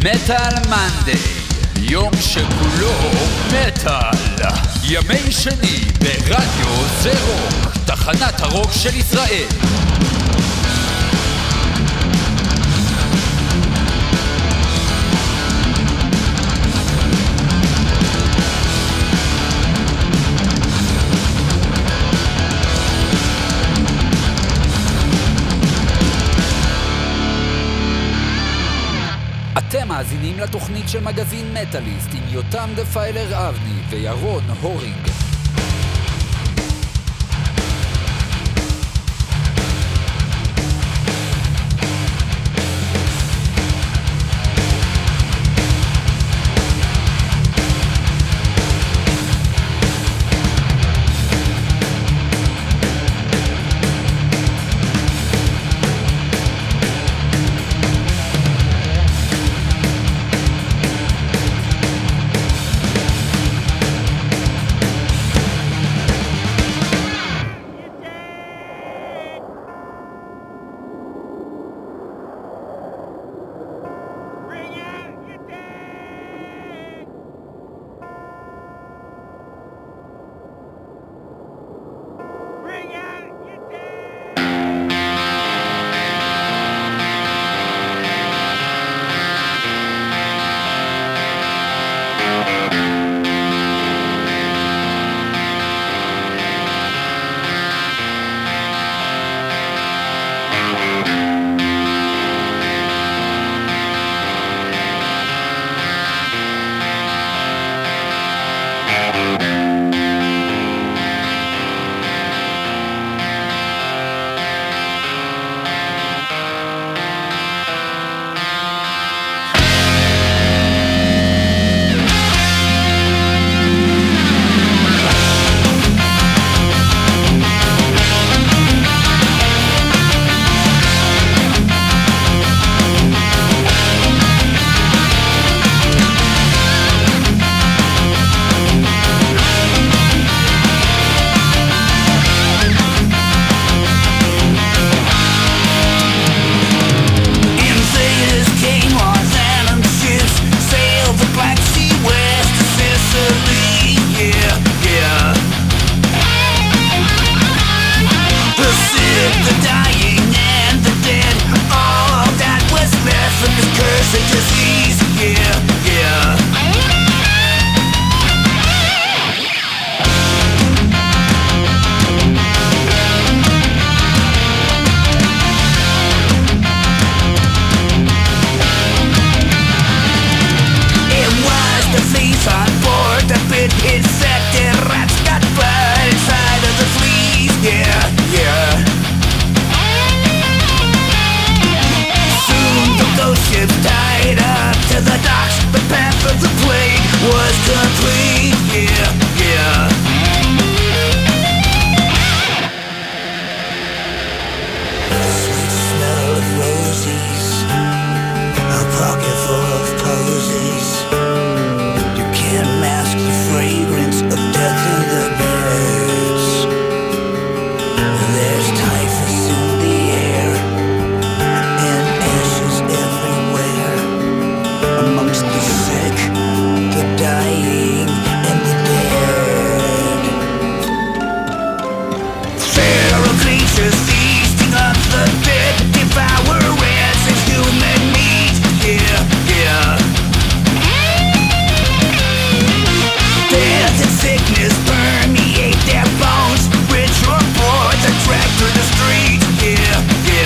מטל מנדי, יום שכולו מטל. ימי שני ברדיו זה רוק, תחנת הרוק של ישראל. אתם מאזינים לתוכנית של מגזין מטאליסט עם יותם דפיילר אבני וירון הורינג.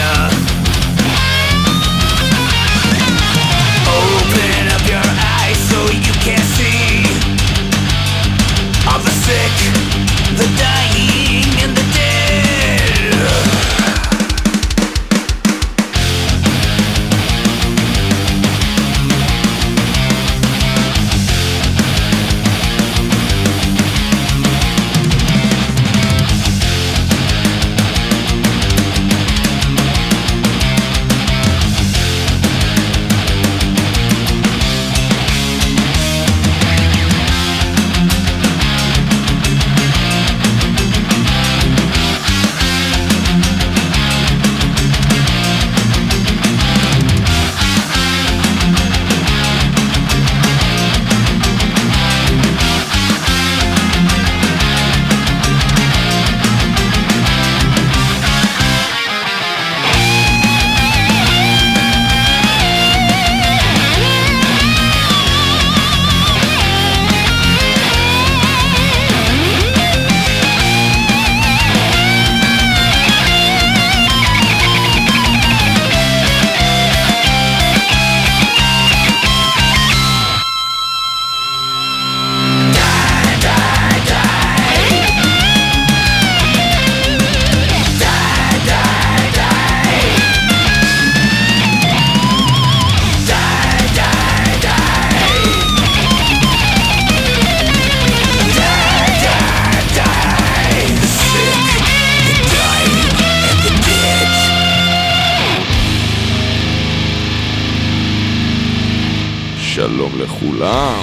Open up your eyes. שלום לכולם.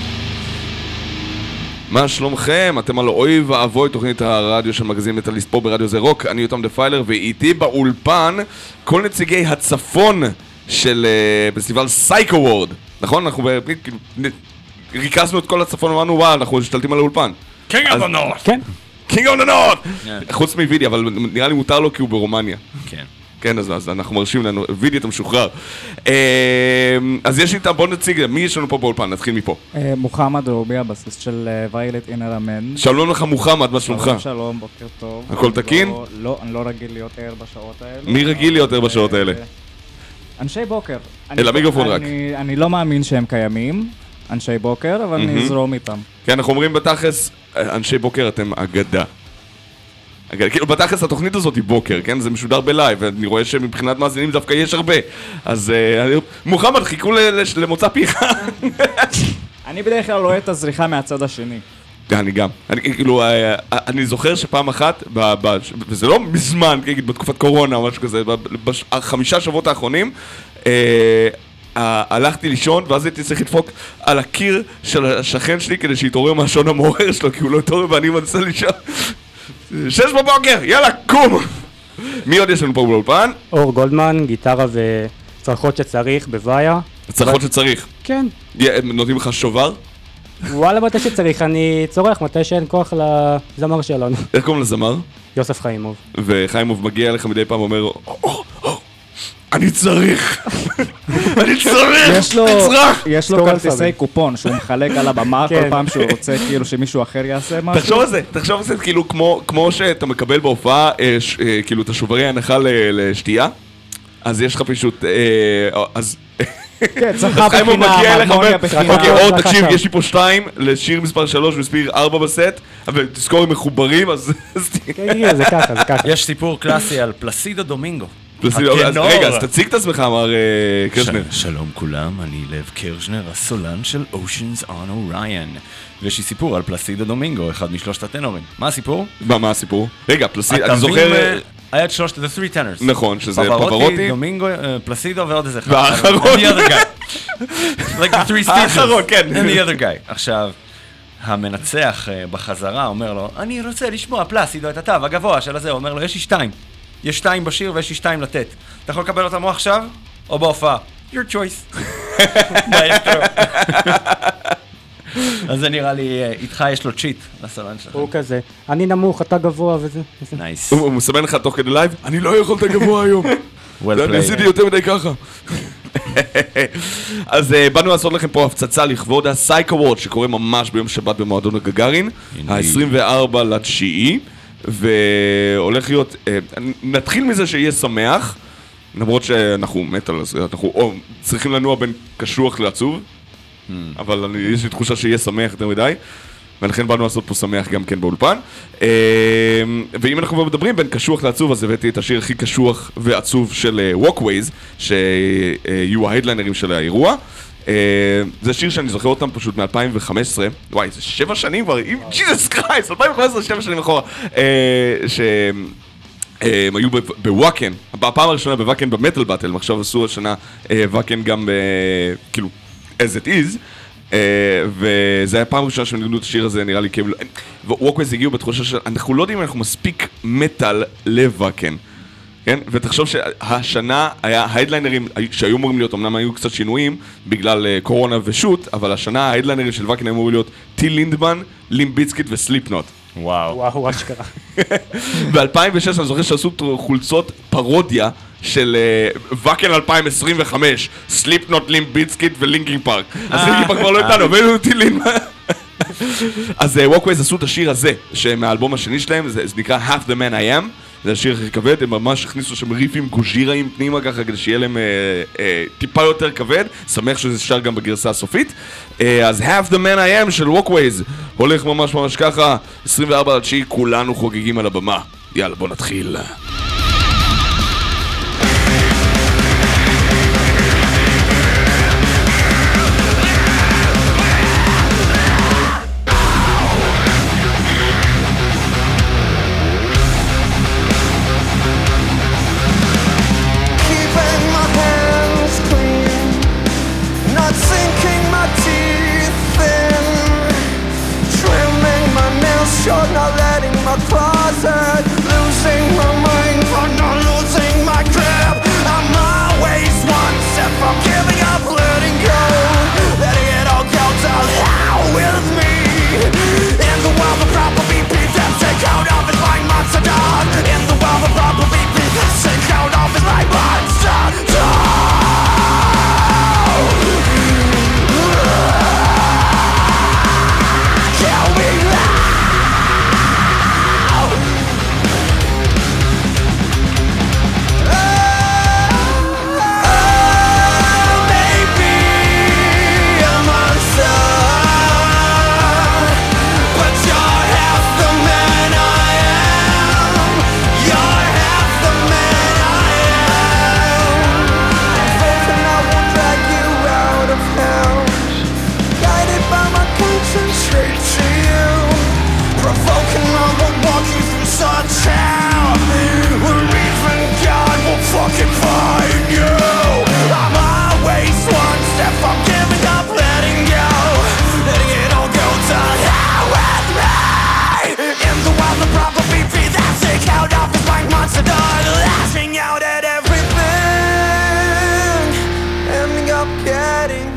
מה שלומכם? אתם על אוי ואבוי, תוכנית הרדיו של מגזין מטאליסט פה ברדיו זה רוק. אני יותם דפיילר, ואיתי באולפן כל נציגי הצפון של פסטיבל סייקו וורד. נכון? אנחנו ריכזנו את כל הצפון ואמרנו, וואו, אנחנו משתלטים על האולפן. King of the North! כן. King of the North! חוץ מווידי, אבל נראה לי מותר לו כי הוא ברומניה. כן. כן, אז אנחנו מרשים לנו, וידי אתה משוחרר. אז יש לי איתם, בוא נציג, מי יש לנו פה באולפן? נתחיל מפה. מוחמד רובי, הבסיסט של ויילט אינר אמן. שלום לך מוחמד, מה שלומך? שלום, בוקר טוב. הכל תקין? לא, אני לא רגיל להיות ער בשעות האלה. מי רגיל להיות ער בשעות האלה? אנשי בוקר. אל המיקרופון רק. אני לא מאמין שהם קיימים, אנשי בוקר, אבל אני אזרום איתם. כן, אנחנו אומרים בתכלס, אנשי בוקר אתם אגדה. כאילו בתכלס התוכנית הזאת היא בוקר, כן? זה משודר בלייב, ואני רואה שמבחינת מאזינים דווקא יש הרבה. אז מוחמד, חיכו למוצא פיך. אני בדרך כלל רואה את הזריחה מהצד השני. אני גם. אני זוכר שפעם אחת, וזה לא מזמן, בתקופת קורונה או משהו כזה, ב5 שבועות האחרונים, הלכתי לישון, ואז הייתי צריך לדפוק על הקיר של השכן שלי כדי שיתעורר מהשעון המעורר שלו, כי הוא לא התעורר ואני מנסה לישון. 6 בבוקר, יאללה, קום! מי עוד יש לנו פה באולפן? אור גולדמן, גיטרה וצרכות שצריך בוויה. צרכות שצריך. כן. נותנים לך שובר? וואלה, מתי שצריך, אני צורך, מתי שאין כוח לזמר שלנו. איך קוראים לזמר? יוסף חיימוב. וחיימוב מגיע אליך מדי פעם ואומר, אני צריך! אני צריך! נצרך! יש לו כרטיסי קופון שהוא מחלק על הבמה כל פעם שהוא רוצה כאילו שמישהו אחר יעשה משהו. תחשוב על זה, כאילו כמו שאתה מקבל בהופעה כאילו את השוברי הנחה לשתייה, אז יש לך פשוט, אז חיימוב מגיע אליך ואומר, אוקיי, אור תקשיב, יש לי פה 2 לשיר מספר 3 ומספר 4 בסט, אבל תזכור הם מחוברים, אז כן, זה ככה. יש סיפור קלאסי על פלסידו דומינגו. רגע, אז תציג את עצמך, אמר קרשנר. שלום כולם, אני לב קרשנר, הסולן של Oceans on Orion. ויש לי סיפור על פלסידו דומינגו, אחד משלושת הטנורים. מה הסיפור? מה הסיפור? רגע, פלסידו, אני זוכר... היה את שלושת, the three tenors. נכון, שזה פברוטי, דומינגו, פלסידו ועוד איזה אחד. והאחרון. And the other guy. Like the three stooges. האחרון, כן. And the other guy. עכשיו, המנצח בחזרה אומר לו, אני רוצה לשמוע פלסידו את התו הגבוה של הזה. הוא אומר לו, יש לי 2. יש 2 בשיר ויש לי 2 לתת. אתה יכול לקבל אותם או עכשיו, או בהופעה. Your choice. אז זה נראה לי, איתך יש לו צ'יט לסולן שלך. הוא כזה, אני נמוך, אתה גבוה וזה. נייס. הוא מסמן לך תוך כדי לייב, אני לא יכול את הגבוה היום. אני עשיתי יותר מדי ככה. אז באנו לעשות לכם פה הפצצה לכבוד הסייקו וורד שקורה ממש ביום שבת במועדון הגגארין, ה-24 לתשיעי. והולך להיות, נתחיל מזה שיהיה שמח, למרות שאנחנו מטל, אנחנו צריכים לנוע בין קשוח לעצוב, אבל יש לי תחושה שיהיה שמח יותר מדי, ולכן באנו לעשות פה שמח גם כן באולפן. ואם אנחנו מדברים בין קשוח לעצוב, אז הבאתי את השיר הכי קשוח ועצוב של Walkways, שיהיו ההדליינרים של האירוע. זה שיר שאני זוכר אותם פשוט מ-2015, וואי, זה 7 שנים כבר, ג'יזוס קרייסט, 2015, 7 שנים אחורה, שהם היו בוואקן, הפעם הראשונה בוואקן במטל באטל, עכשיו עשו השנה וואקן גם כאילו as it is, וזה היה פעם ראשונה שהם נגנו את השיר הזה, נראה לי כאילו, ווקווייז הגיעו בתחושה שאנחנו לא יודעים אם אנחנו מספיק מטל לוואקן. כן? ותחשוב שהשנה היה ההדליינרים שהיו אמורים להיות, אמנם היו קצת שינויים בגלל קורונה ושוט, אבל השנה ההדליינרים של וואקן היו אמורים להיות טיל לינדמן, לימפ ביזקיט וסליפנוט. וואו, אשכרה. ב-2006 אני זוכר שעשו חולצות פרודיה של וואקן 2025, סליפנוט, לימפ ביזקיט ולינקינג פארק. אז לינקינג פארק כבר לא איתנו, ואלו טיל לינדמן. אז ווקווייז עשו את השיר הזה, שמהאלבום השני שלהם, זה נקרא Half the Man I Am. זה השיר הכי כבד, הם ממש הכניסו שם ריפים גוז'יראים פנימה ככה כדי שיהיה להם טיפה יותר כבד, שמח שזה שר גם בגרסה הסופית. אז Half the Man I Am של Walkways הולך ממש ממש ככה, 24 לתשיעי, כולנו חוגגים על הבמה. יאללה, בוא נתחיל. Keeping my hands clean, not sinking for not letting my closet, losing my mind for not losing my grip. I'm always one step from giving up, letting go, letting it all go to hell with me. In the world of proper BP, that's take out of his mind monster dog. In the world of proper BP, that's take out of his mind monster dog. Kill me now. Maybe a monster, but you're half the man I am. You're half the man I am. Hoping I won't drag you out of hell, guided by my conscience straight to you. Provoking, I won't walk you through such hell, where even God will fucking find you. I'm always one step from giving up, letting go, letting it all go to hell with me. In the wild, the proper BP, that's it, count off his mind monster dog, lashing out at everything, ending up getting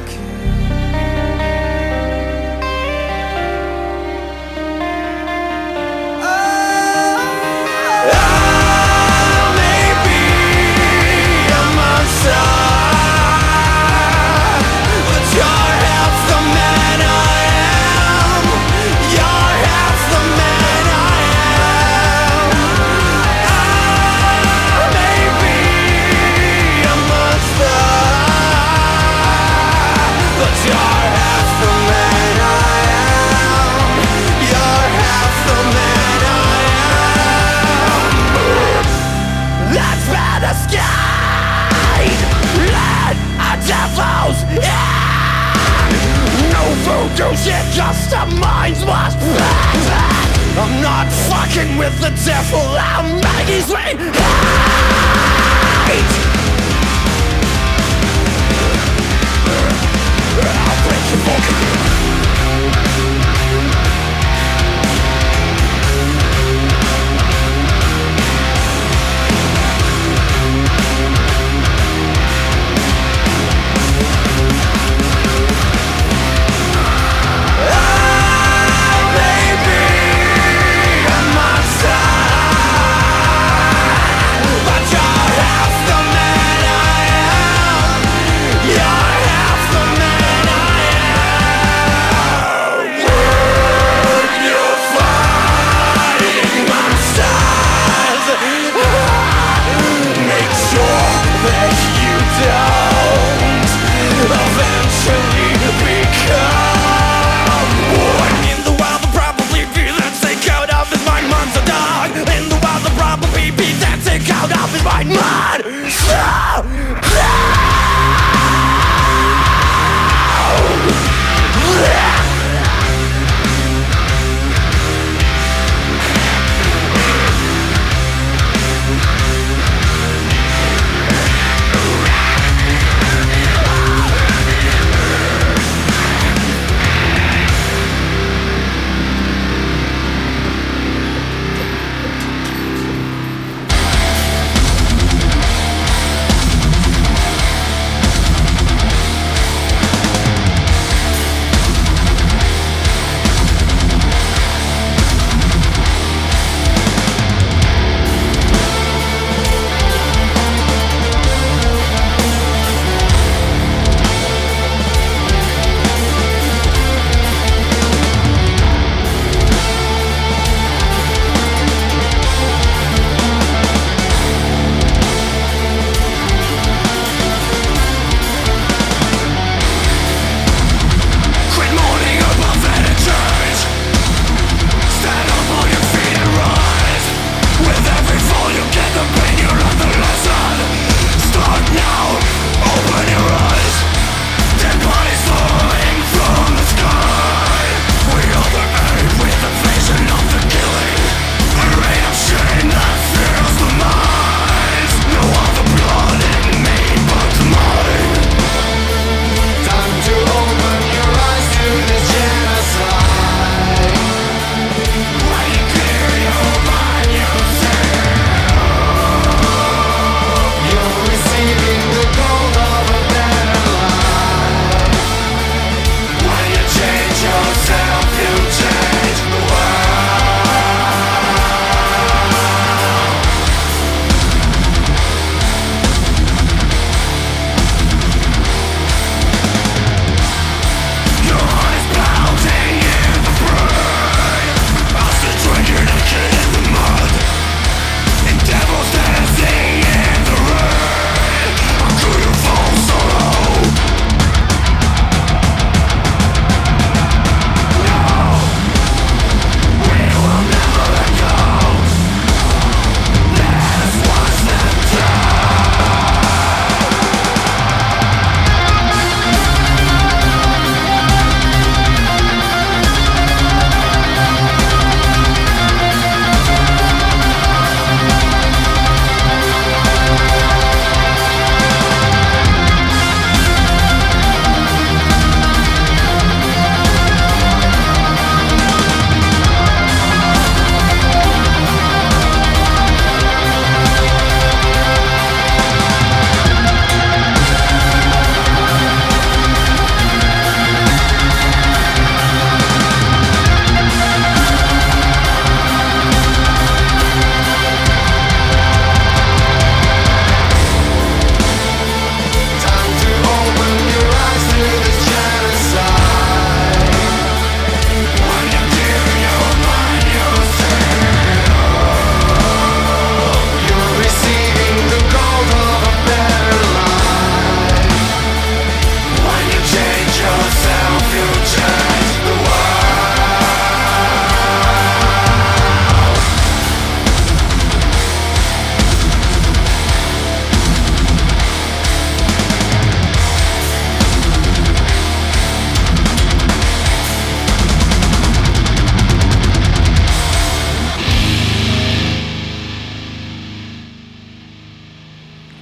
maybe a monster, but you're half the man I am. You're half the man I am. Maybe a monster, but you're half the man I am. You're half the man I am. Let's ban a skate, let a devil's in. No voodoo shit, just a mind's wash. I'm not fucking with the devil, I'm Maggie's sweet hate. I'll break your fucking but you're half the man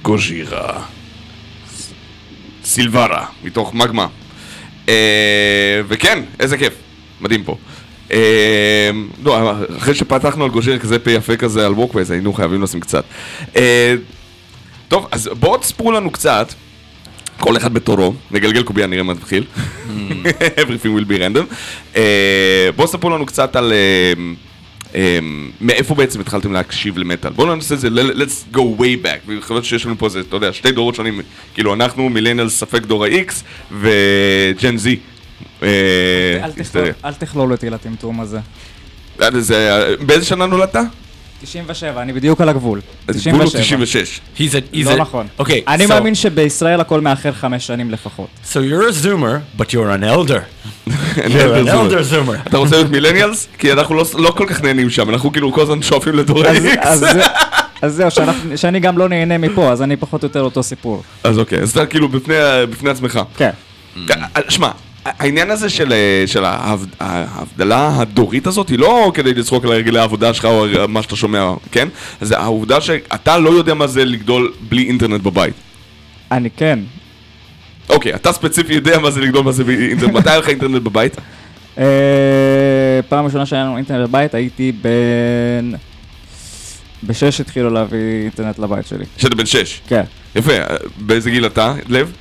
גוז'ירה. סילברה, מתוך מגמה. וכן, איזה כיף. מדהים פה. לא, אחרי שפתחנו על גוז'ירה כזה פה יפה כזה על ווקווייז, היינו חייבים לשים קצת. טוב, אז בואו תספרו לנו קצת. כל אחד בתורו, נגלגל קובייה, נראה מה תתחיל. Everything will be random. בואו ספרו לנו קצת על מאיפה בעצם התחלתם להקשיב למטל. בואו נעשה את זה, let's go way back. וחבל שיש לנו פה איזה, אתה יודע, שתי דורות שונים, כאילו אנחנו מילניאל ספק דור ה-X וג'ן זי. אל תכלול אותי לטמטום הזה. באיזה שנה נולדת? 97, אני בדיוק על הגבול. גבול הוא 96. לא נכון. Okay, אני so- מאמין שבישראל הכל מאחר 5 שנים לפחות. So you're a zoomer, but you're an elder. You're an elder zoomer. אתה רוצה להיות מילניאלס? כי אנחנו לא כל כך נהנים שם, אנחנו כאילו כל הזמן שואפים לדור ה-X. אז זהו, שאני גם לא נהנה מפה, אז אני פחות או יותר אותו סיפור. אז אוקיי, אז אתה כאילו בפני עצמך. כן. שמע, העניין הזה של ההבדלה הדורית הזאת היא לא כדי לצחוק על הרגלי העבודה שלך או מה שאתה שומע, כן? זה העובדה שאתה לא יודע מה זה לגדול בלי אינטרנט בבית. אני כן. אוקיי, אתה ספציפי יודע מה זה לגדול מה זה בלי אינטרנט. מתי היה לך אינטרנט בבית? פעם ראשונה שהיה לנו אינטרנט בבית, הייתי ב6 התחילו להביא אינטרנט לבית שלי. שאתה בן 6. כן. יפה, באיזה גיל אתה, לב?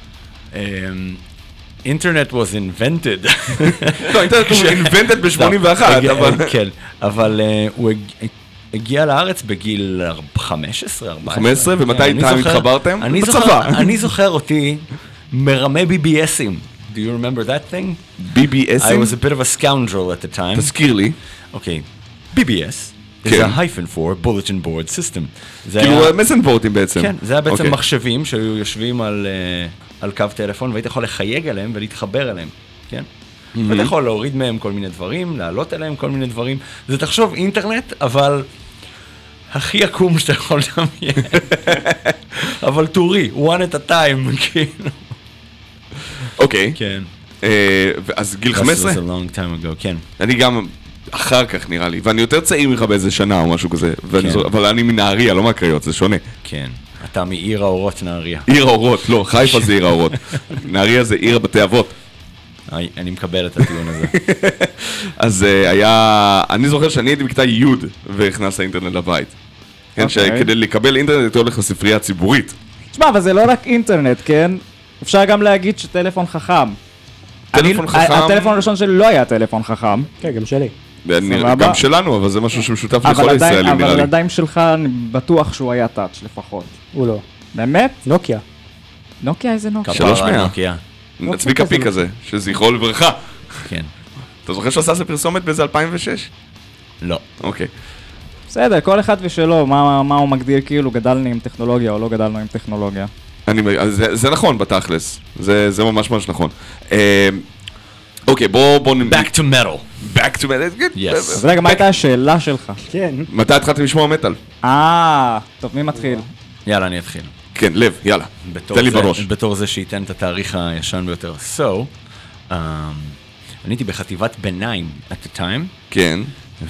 Internet was invented. לא, אינטרנט הוא invented ב-81, אבל... כן, אבל הוא הגיע לארץ בגיל 15, 14. 15, ומתי איתם התחברתם? בצבא. אני זוכר אותי מרמה BBSים. Do you remember that thing? BBSים? I was a bit of a scoundrel at the time. תזכיר לי. אוקיי, BBS is כן. a hyphen for bulletin board system. זה כאילו היה- מסנבורטים בעצם. כן, זה היה בעצם אוקיי. מחשבים שהיו יושבים על קו טלפון, והיית יכול לחייג עליהם ולהתחבר אליהם, כן? ואתה יכול להוריד מהם כל מיני דברים, להעלות עליהם כל מיני דברים. זה תחשוב אינטרנט, אבל הכי עקום שאתה יכול לדמיין. אבל טורי, one at a time, כאילו. אוקיי. כן. אז גיל That 15? was a long time ago, כן. אני גם אחר כך נראה לי, ואני יותר צעיר ממך באיזה שנה או משהו כזה, אבל אני מנהריה, לא מהקריות, זה שונה. כן. אתה מעיר האורות נהריה. עיר האורות, לא, חיפה זה עיר האורות. נהריה זה עיר הבתי אבות. אני מקבל את הטיעון הזה. אז היה, אני זוכר שאני הייתי בכיתה י' והכנס האינטרנט לבית. כן, אוקיי. שכדי לקבל אינטרנט הייתי הולך לספרייה הציבורית. תשמע, אבל זה לא רק אינטרנט, כן? אפשר גם להגיד שטלפון חכם. טלפון חכם. הטלפון הראשון שלי לא היה טלפון חכם. כן, גם שלי. סבבה. גם שלנו, אבל זה משהו שמשותף לכל הישראלים נראה אבל לי. עדיין שלך, אני בטוח שהוא היה טאץ' לפחות. הוא לא. באמת? נוקיה. נוקיה, איזה נוקיה? כפרה 300. נוקיה. צביקה פיק כזה, שזכרו לברכה. כן. אתה זוכר שהוא עשה איזה פרסומת באיזה 2006? לא. אוקיי. בסדר, כל אחד ושלו, מה הוא מגדיר כאילו גדלנו עם טכנולוגיה או לא גדלנו עם טכנולוגיה. זה נכון בתכלס, זה ממש ממש נכון. אוקיי, בוא Back to metal. back to metal. Yes. אז רגע, מה הייתה השאלה שלך? כן. מתי התחלתם לשמוע מטאל? טוב, מי מתחיל? יאללה, אני אתחיל. כן, לב, יאללה. בתור תן לי זה- בראש. בתור זה שייתן את התאריך הישן ביותר. So, אני הייתי בחטיבת ביניים at the time, כן.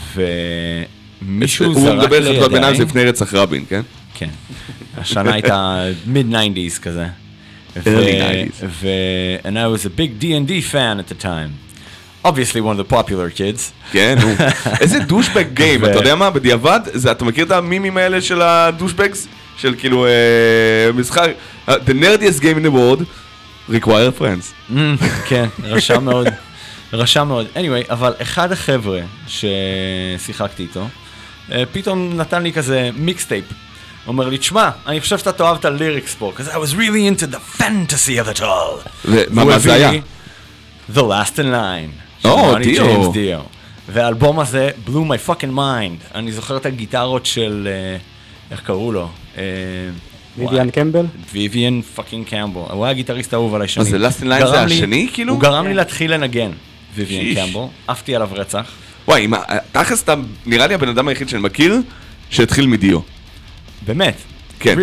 ומישהו הוא זרק מדבר חטיבת ביניים זה לידיי, לפני רצח רבין, כן? כן, השנה הייתה mid-90s כזה. Early 90s. And I was a big D&D fan at the time. Obviously one of the popular kids. כן, נו. איזה דושבג גיים, אתה יודע מה? בדיעבד, אתה מכיר את המימים האלה של הדושבגס? של כאילו משחק, the nerdiest game in the world require friends. כן, רשע מאוד. רשע מאוד. anyway, אבל אחד החבר'ה ששיחקתי איתו, פתאום נתן לי כזה מיקסטייפ. הוא אומר לי, תשמע, אני חושב שאתה תאהב את הליריקס פה, because I was really into the fantasy of it all. ומה זה היה? The Last in Line. של או, רוני דיו. ג'יימס דיו. והאלבום הזה, blew my fucking mind. אני זוכר את הגיטרות של, איך קראו לו? ויvian קמבל? ויvian פאקינג קמבל. הוא היה גיטריסט אהוב עליי שנים. אז זה Last in Line גרם זה לי- השני, כאילו? הוא גרם לי להתחיל לנגן, ויvian שיש. קמבל. עפתי עליו רצח. וואי, תכלס אתה נראה לי הבן אדם היחיד שאני מכיר שהתחיל מדיו. באמת. כן. Really.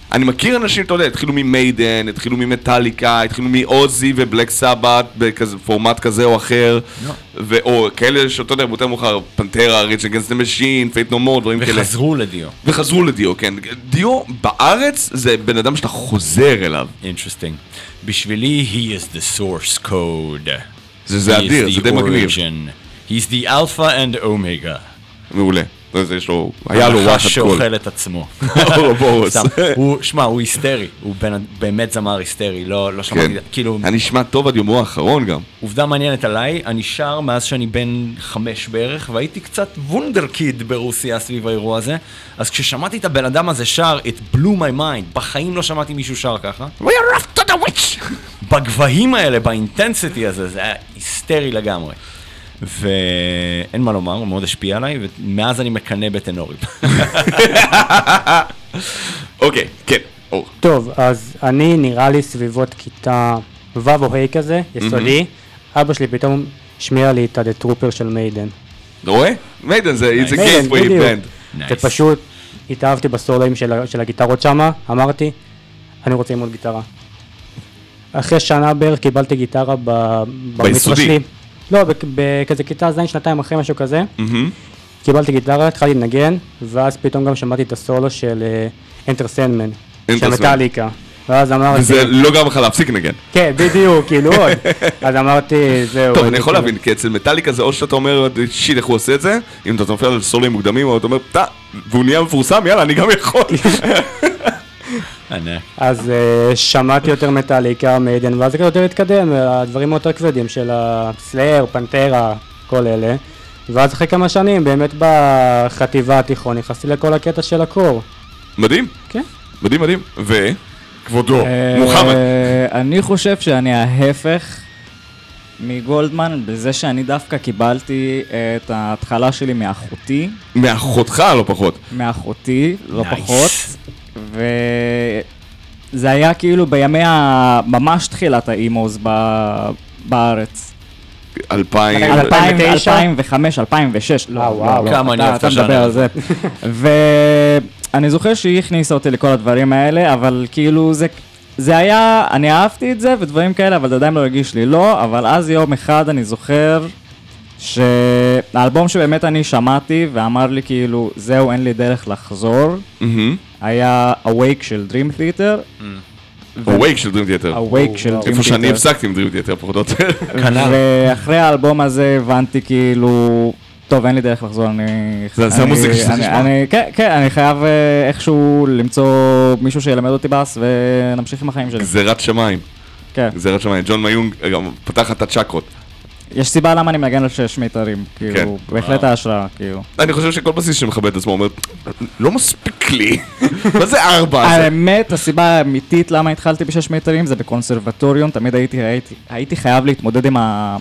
אני מכיר אנשים, אתה יודע, התחילו ממיידן, התחילו ממטליקה, התחילו מאוזי ובלק סבת, בפורמט כזה או אחר, או כאלה שאתה יודע, יותר מאוחר, פנטרה, ריץ' אגנסט המשין, פייט נו מור, דברים כאלה. וחזרו לדיו, כן. דיו בארץ זה בן אדם שאתה חוזר אליו. Interesting. בשבילי, he is the source code. זה אדיר, זה די מגניב. He's the alpha and omega. מעולה. יש לו, היה לו וואחד קול. שאוכל את עצמו. אורובורוס. שמע, הוא היסטרי, הוא באמת זמר היסטרי, לא שמעתי, כאילו... אני נשמע טוב עד יומו האחרון גם. עובדה מעניינת עליי, אני שר מאז שאני בן 5 בערך, והייתי קצת וונדרקיד ברוסיה סביב האירוע הזה, אז כששמעתי את הבן אדם הזה שר, it blew my mind, בחיים לא שמעתי מישהו שר ככה. We are off to the witch! בגבהים האלה, באינטנסיטי הזה, זה היה היסטרי לגמרי. ואין מה לומר, הוא מאוד השפיע עליי, ומאז אני מקנה בטנורים. אוקיי, כן, אור. טוב, אז אני נראה לי סביבות כיתה ו' או ה' כזה, יסודי. אבא שלי פתאום השמיע לי את הטרופר של מיידן. אתה רואה? מיידן זה gateway band. ופשוט התאהבתי בסולואים של הגיטרות שמה, אמרתי, אני רוצה ללמוד גיטרה. אחרי שנה בערך קיבלתי גיטרה במצווה שלי. לא, בכזה כיתה זין, שנתיים אחרי משהו כזה. קיבלתי גיטרה, התחלתי לנגן, ואז פתאום גם שמעתי את הסולו של אנטרסנדמן, של מטליקה. ואז אמרתי... וזה לא גרם לך להפסיק לנגן. כן, בדיוק, כאילו עוד. אז אמרתי, זהו. טוב, אני יכול להבין, כי אצל מטליקה זה או שאתה אומר, שיט, איך הוא עושה את זה? אם אתה נופל על סולואים מוקדמים, או אתה אומר, והוא נהיה מפורסם, יאללה, אני גם יכול. אז שמעתי יותר מטליקה, מיידן, ואז זה יותר התקדם, הדברים יותר כבדים של הסלאר, פנטרה, כל אלה. ואז אחרי כמה שנים, באמת בחטיבה התיכון, נכנסתי לכל הקטע של הקור. מדהים. כן. מדהים, מדהים. וכבודו, מוחמד. אני חושב שאני ההפך מגולדמן, בזה שאני דווקא קיבלתי את ההתחלה שלי מאחותי. מאחותך, לא פחות. מאחותי, לא פחות. וזה היה כאילו בימי ממש תחילת האימוז בארץ. 2005, 2006, לא, כמה אני אוהב את השנה הזה. ואני זוכר שהיא הכניסה אותי לכל הדברים האלה, אבל כאילו זה היה, אני אהבתי את זה ודברים כאלה, אבל זה עדיין לא הרגיש לי לא, אבל אז יום אחד אני זוכר שהאלבום שבאמת אני שמעתי ואמר לי כאילו, זהו, אין לי דרך לחזור, היה Awake של Dream Theater. Awake של Dream Theater. Awake של Dream Theater. איפה שאני הפסקתי עם Dream Theater, פחות או יותר. ואחרי האלבום הזה הבנתי כאילו, טוב, אין לי דרך לחזור, זה המוזיקה שאתה תשמע. כן, אני חייב איכשהו למצוא מישהו שילמד אותי בס ונמשיך עם החיים שלי. גזירת שמיים. כן. גזירת שמיים. ג'ון מיונג גם פתח את הצ'קרות. יש סיבה למה אני מנגן על 6 מיתרים, כאילו, בהחלט ההשראה, כאילו. אני חושב שכל בסיס שמכבד את עצמו אומר, לא מספיק לי, מה זה 4? האמת, הסיבה האמיתית למה התחלתי ב6 מיתרים זה בקונסרבטוריון, תמיד הייתי חייב להתמודד עם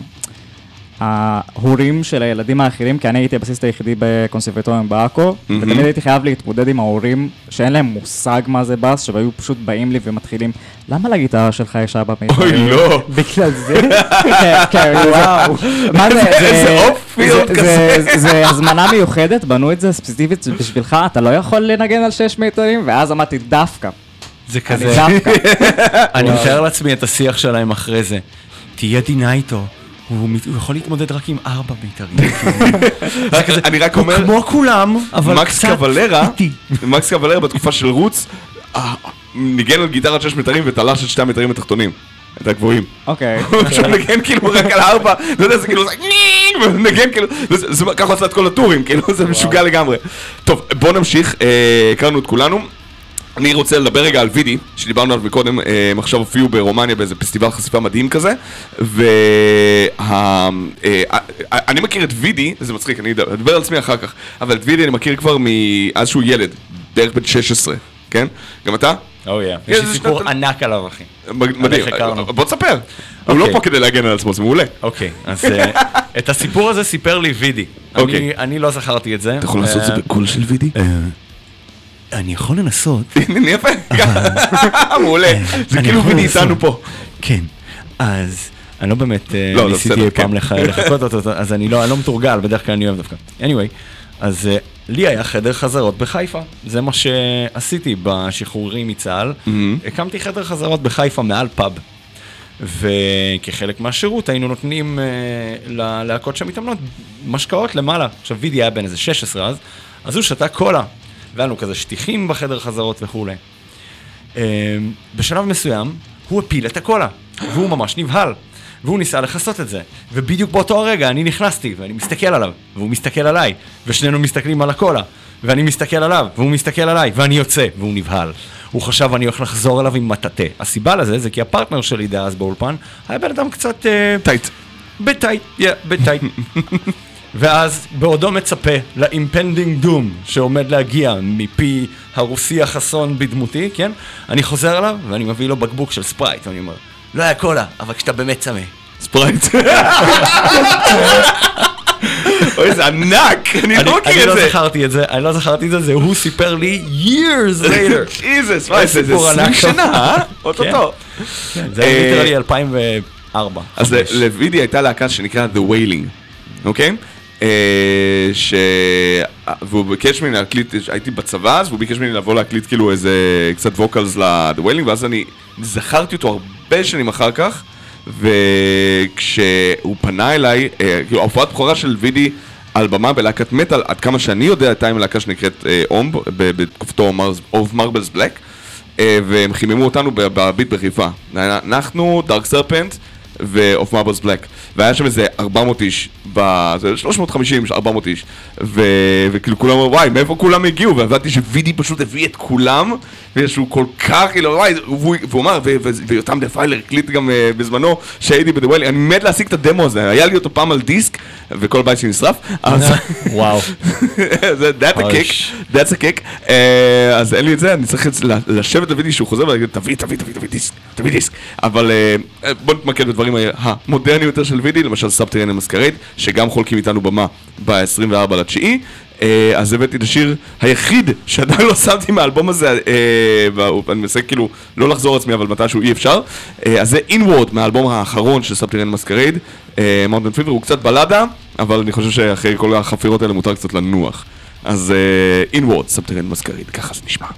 ההורים של הילדים האחרים, כי אני הייתי הבסיסט היחידי בקונסרבטוריון בעכו, ותמיד הייתי חייב להתמודד עם ההורים שאין להם מושג מה זה בס, שהיו פשוט באים לי ומתחילים, למה לגיטרה שלך יש 4 מיתרים? אוי, לא. בגלל זה? כן, וואו. מה זה? איזה אוף-פילד כזה. זה הזמנה מיוחדת, בנו את זה ספציפית בשבילך, אתה לא יכול לנגן על 6 מיתרים, ואז אמרתי דווקא. זה כזה. אני מתאר לעצמי את השיח שלהם אחרי זה. תהיה דינה איתו. הוא יכול להתמודד רק עם 4 מיתרים. אני רק אומר, כמו כולם, אבל קצת איטי. מקס קוולרה בתקופה של רוץ, ניגן על גיטרת 6 מיתרים ותלש את 2 מיתרים התחתונים. את הגבוהים. אוקיי. עכשיו נגן כאילו רק על 4, לא יודע, זה כאילו, נגן כאילו, ככה עושה את כל הטורים, כאילו, זה משוגע לגמרי. טוב, בואו נמשיך, הכרנו את כולנו. אני רוצה לדבר רגע על וידי, שדיברנו עליו מקודם, הם עכשיו הופיעו ברומניה באיזה פסטיבל חשיפה מדהים כזה, אני מכיר את וידי, זה מצחיק, אני אדבר על עצמי אחר כך, אבל את וידי אני מכיר כבר מאז שהוא ילד, בערך בן 16, כן? גם אתה? יש לי סיפור ענק עליו, אחי. מדהים, בוא תספר. הוא לא פה כדי להגן על עצמו, זה מעולה. אוקיי, אז את הסיפור הזה סיפר לי וידי. אני לא זכרתי את זה. אתה יכול לעשות את זה בקול של וידי? אני יכול לנסות. הנה, יפה. מעולה. זה כאילו וידי איתנו פה. כן, אז אני לא באמת ניסיתי פעם לחכות אותו, אז אני לא מתורגל, בדרך כלל אני אוהב דווקא. anyway, אז לי היה חדר חזרות בחיפה, זה מה שעשיתי בשחרורים מצה"ל, הקמתי חדר חזרות בחיפה מעל פאב, וכחלק מהשירות היינו נותנים ללהקות שמתאמנות משקאות למעלה. עכשיו וידי היה בן איזה 16 אז הוא שתה קולה, והיה לנו כזה שטיחים בחדר חזרות וכו'. בשלב מסוים הוא הפיל את הקולה, והוא ממש נבהל. והוא ניסה לחסות את זה, ובדיוק באותו הרגע אני נכנסתי, ואני מסתכל עליו, והוא מסתכל עליי, ושנינו מסתכלים על הקולה, ואני מסתכל עליו, והוא מסתכל עליי, ואני יוצא, והוא נבהל. הוא חשב אני הולך לחזור אליו עם מטאטה. הסיבה לזה זה כי הפרטנר שלי דאז באולפן, היה בן אדם קצת... טייט. בטייט. ואז בעודו מצפה לאימפנדינג דום שעומד להגיע מפי הרוסי החסון בדמותי, כן? אני חוזר אליו, ואני מביא לו בקבוק של ספרייט, ואני אומר, לא היה קולה, אבל כשאתה באמת צמא. ספרייט. אוי, זה ענק, אני לא מכיר את זה. אני לא זכרתי את זה, זה הוא סיפר לי years later. איזס, וואי, זה 20 שנה, אוטוטו. זה היה לי 2004. אז לוידי הייתה להקה שנקרא The Wailing, אוקיי? והוא ביקש ממני להקליט, הייתי בצבא אז, והוא ביקש ממני לבוא להקליט כאילו איזה קצת ווקלס ל-The Wailing, ואז אני זכרתי אותו הרבה שנים אחר כך, וכשהוא פנה אליי, כאילו ההופעת בכורה של וידי על במה בלהקת מטל, עד כמה שאני יודע, הייתה עם להקה שנקראת אומב, בתקופתו of Marbles Black, והם חיממו אותנו בביט בחיפה. אנחנו, Dark Serpent ו-of Marbles Black, והיה שם איזה 400 איש, 350, 400 איש, וכאילו כולם אמרו, וואי, מאיפה כולם הגיעו? והבנתי שווידי פשוט הביא את כולם, ושהוא כל כך, כאילו, וואי, והוא אמר, ויותם דפיילר הקליט גם בזמנו, שהייתי ב-The Wailing, אני מת להשיג את הדמו הזה, היה לי אותו פעם על דיסק, וכל בית שנשרף, אז... וואו. That's a kick. אז אין לי את זה, אני צריך לשבת לוידי שהוא חוזר ולהגיד, תביא דיסק. אבל בוא נתמקד בדברים המודרניים יותר של וידי, למשל Subterranean Masquerade, שגם חולקים איתנו במה ב-24/9. אז הבאתי את השיר היחיד שעדיין לא שמתי מהאלבום הזה, אני מנסה כאילו לא לחזור עצמי, אבל מתישהו אי אפשר. אז זה Inward מהאלבום האחרון של Subterranean Masquerade, Mountain Fever, הוא קצת בלדה, אבל אני חושב שאחרי כל החפירות האלה מותר קצת לנוח. אז Inward, Subterranean Masquerade, ככה זה נשמע.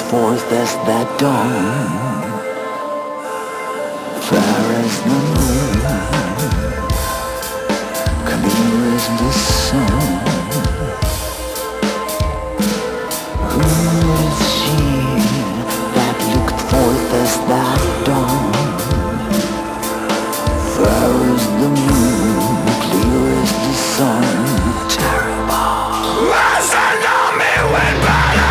forth as that dawn, fair as the moon, clear as the sun. Who is she that looked forth as that dawn, fair as the moon, clear as the sun? Terrible. As an army went battle.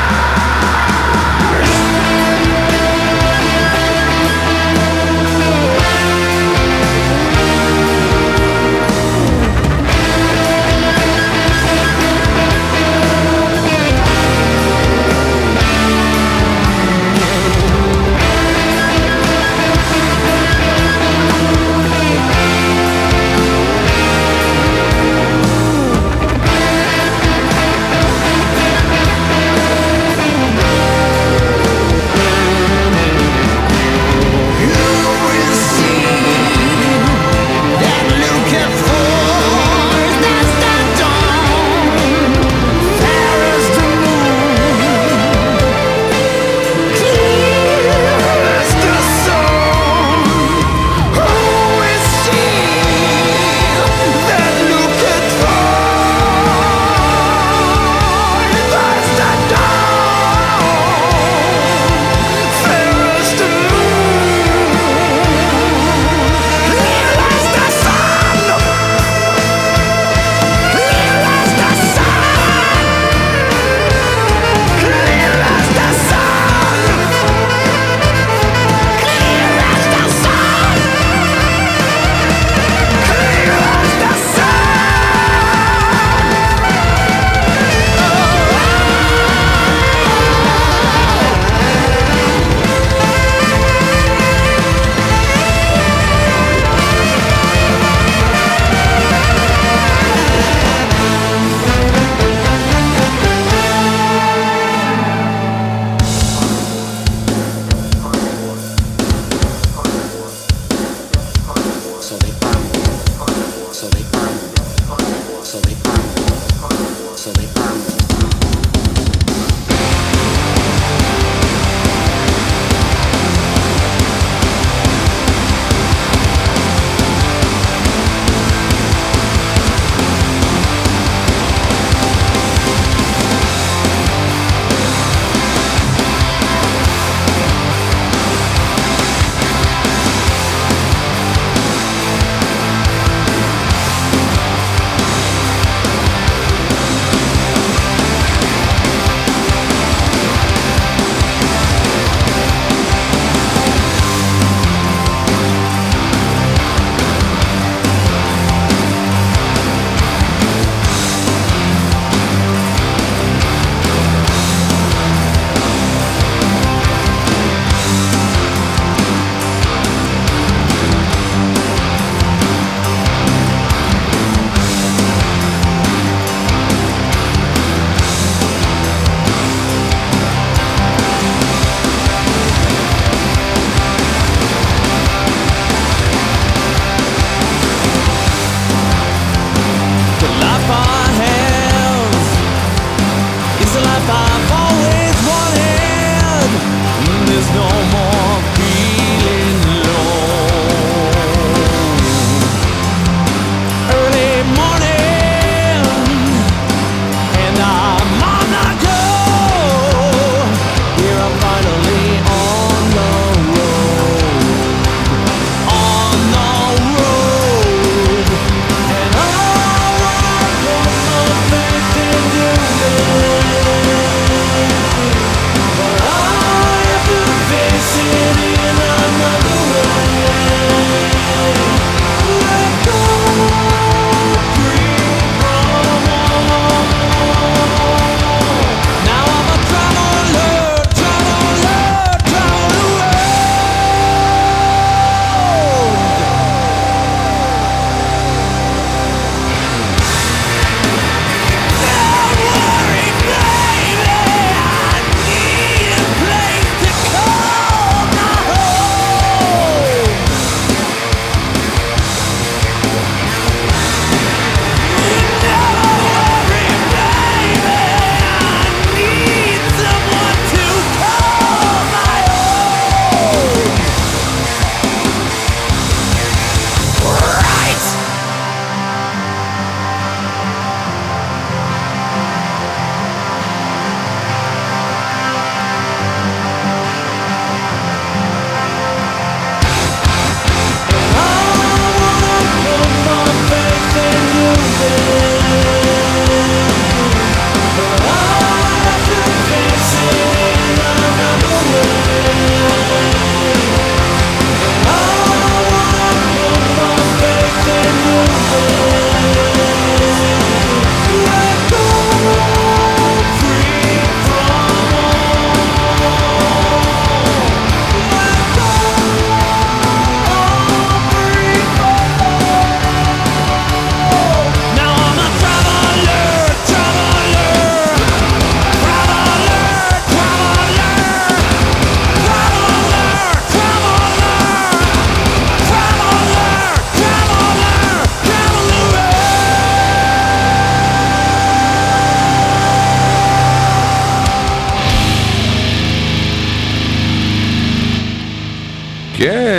Facing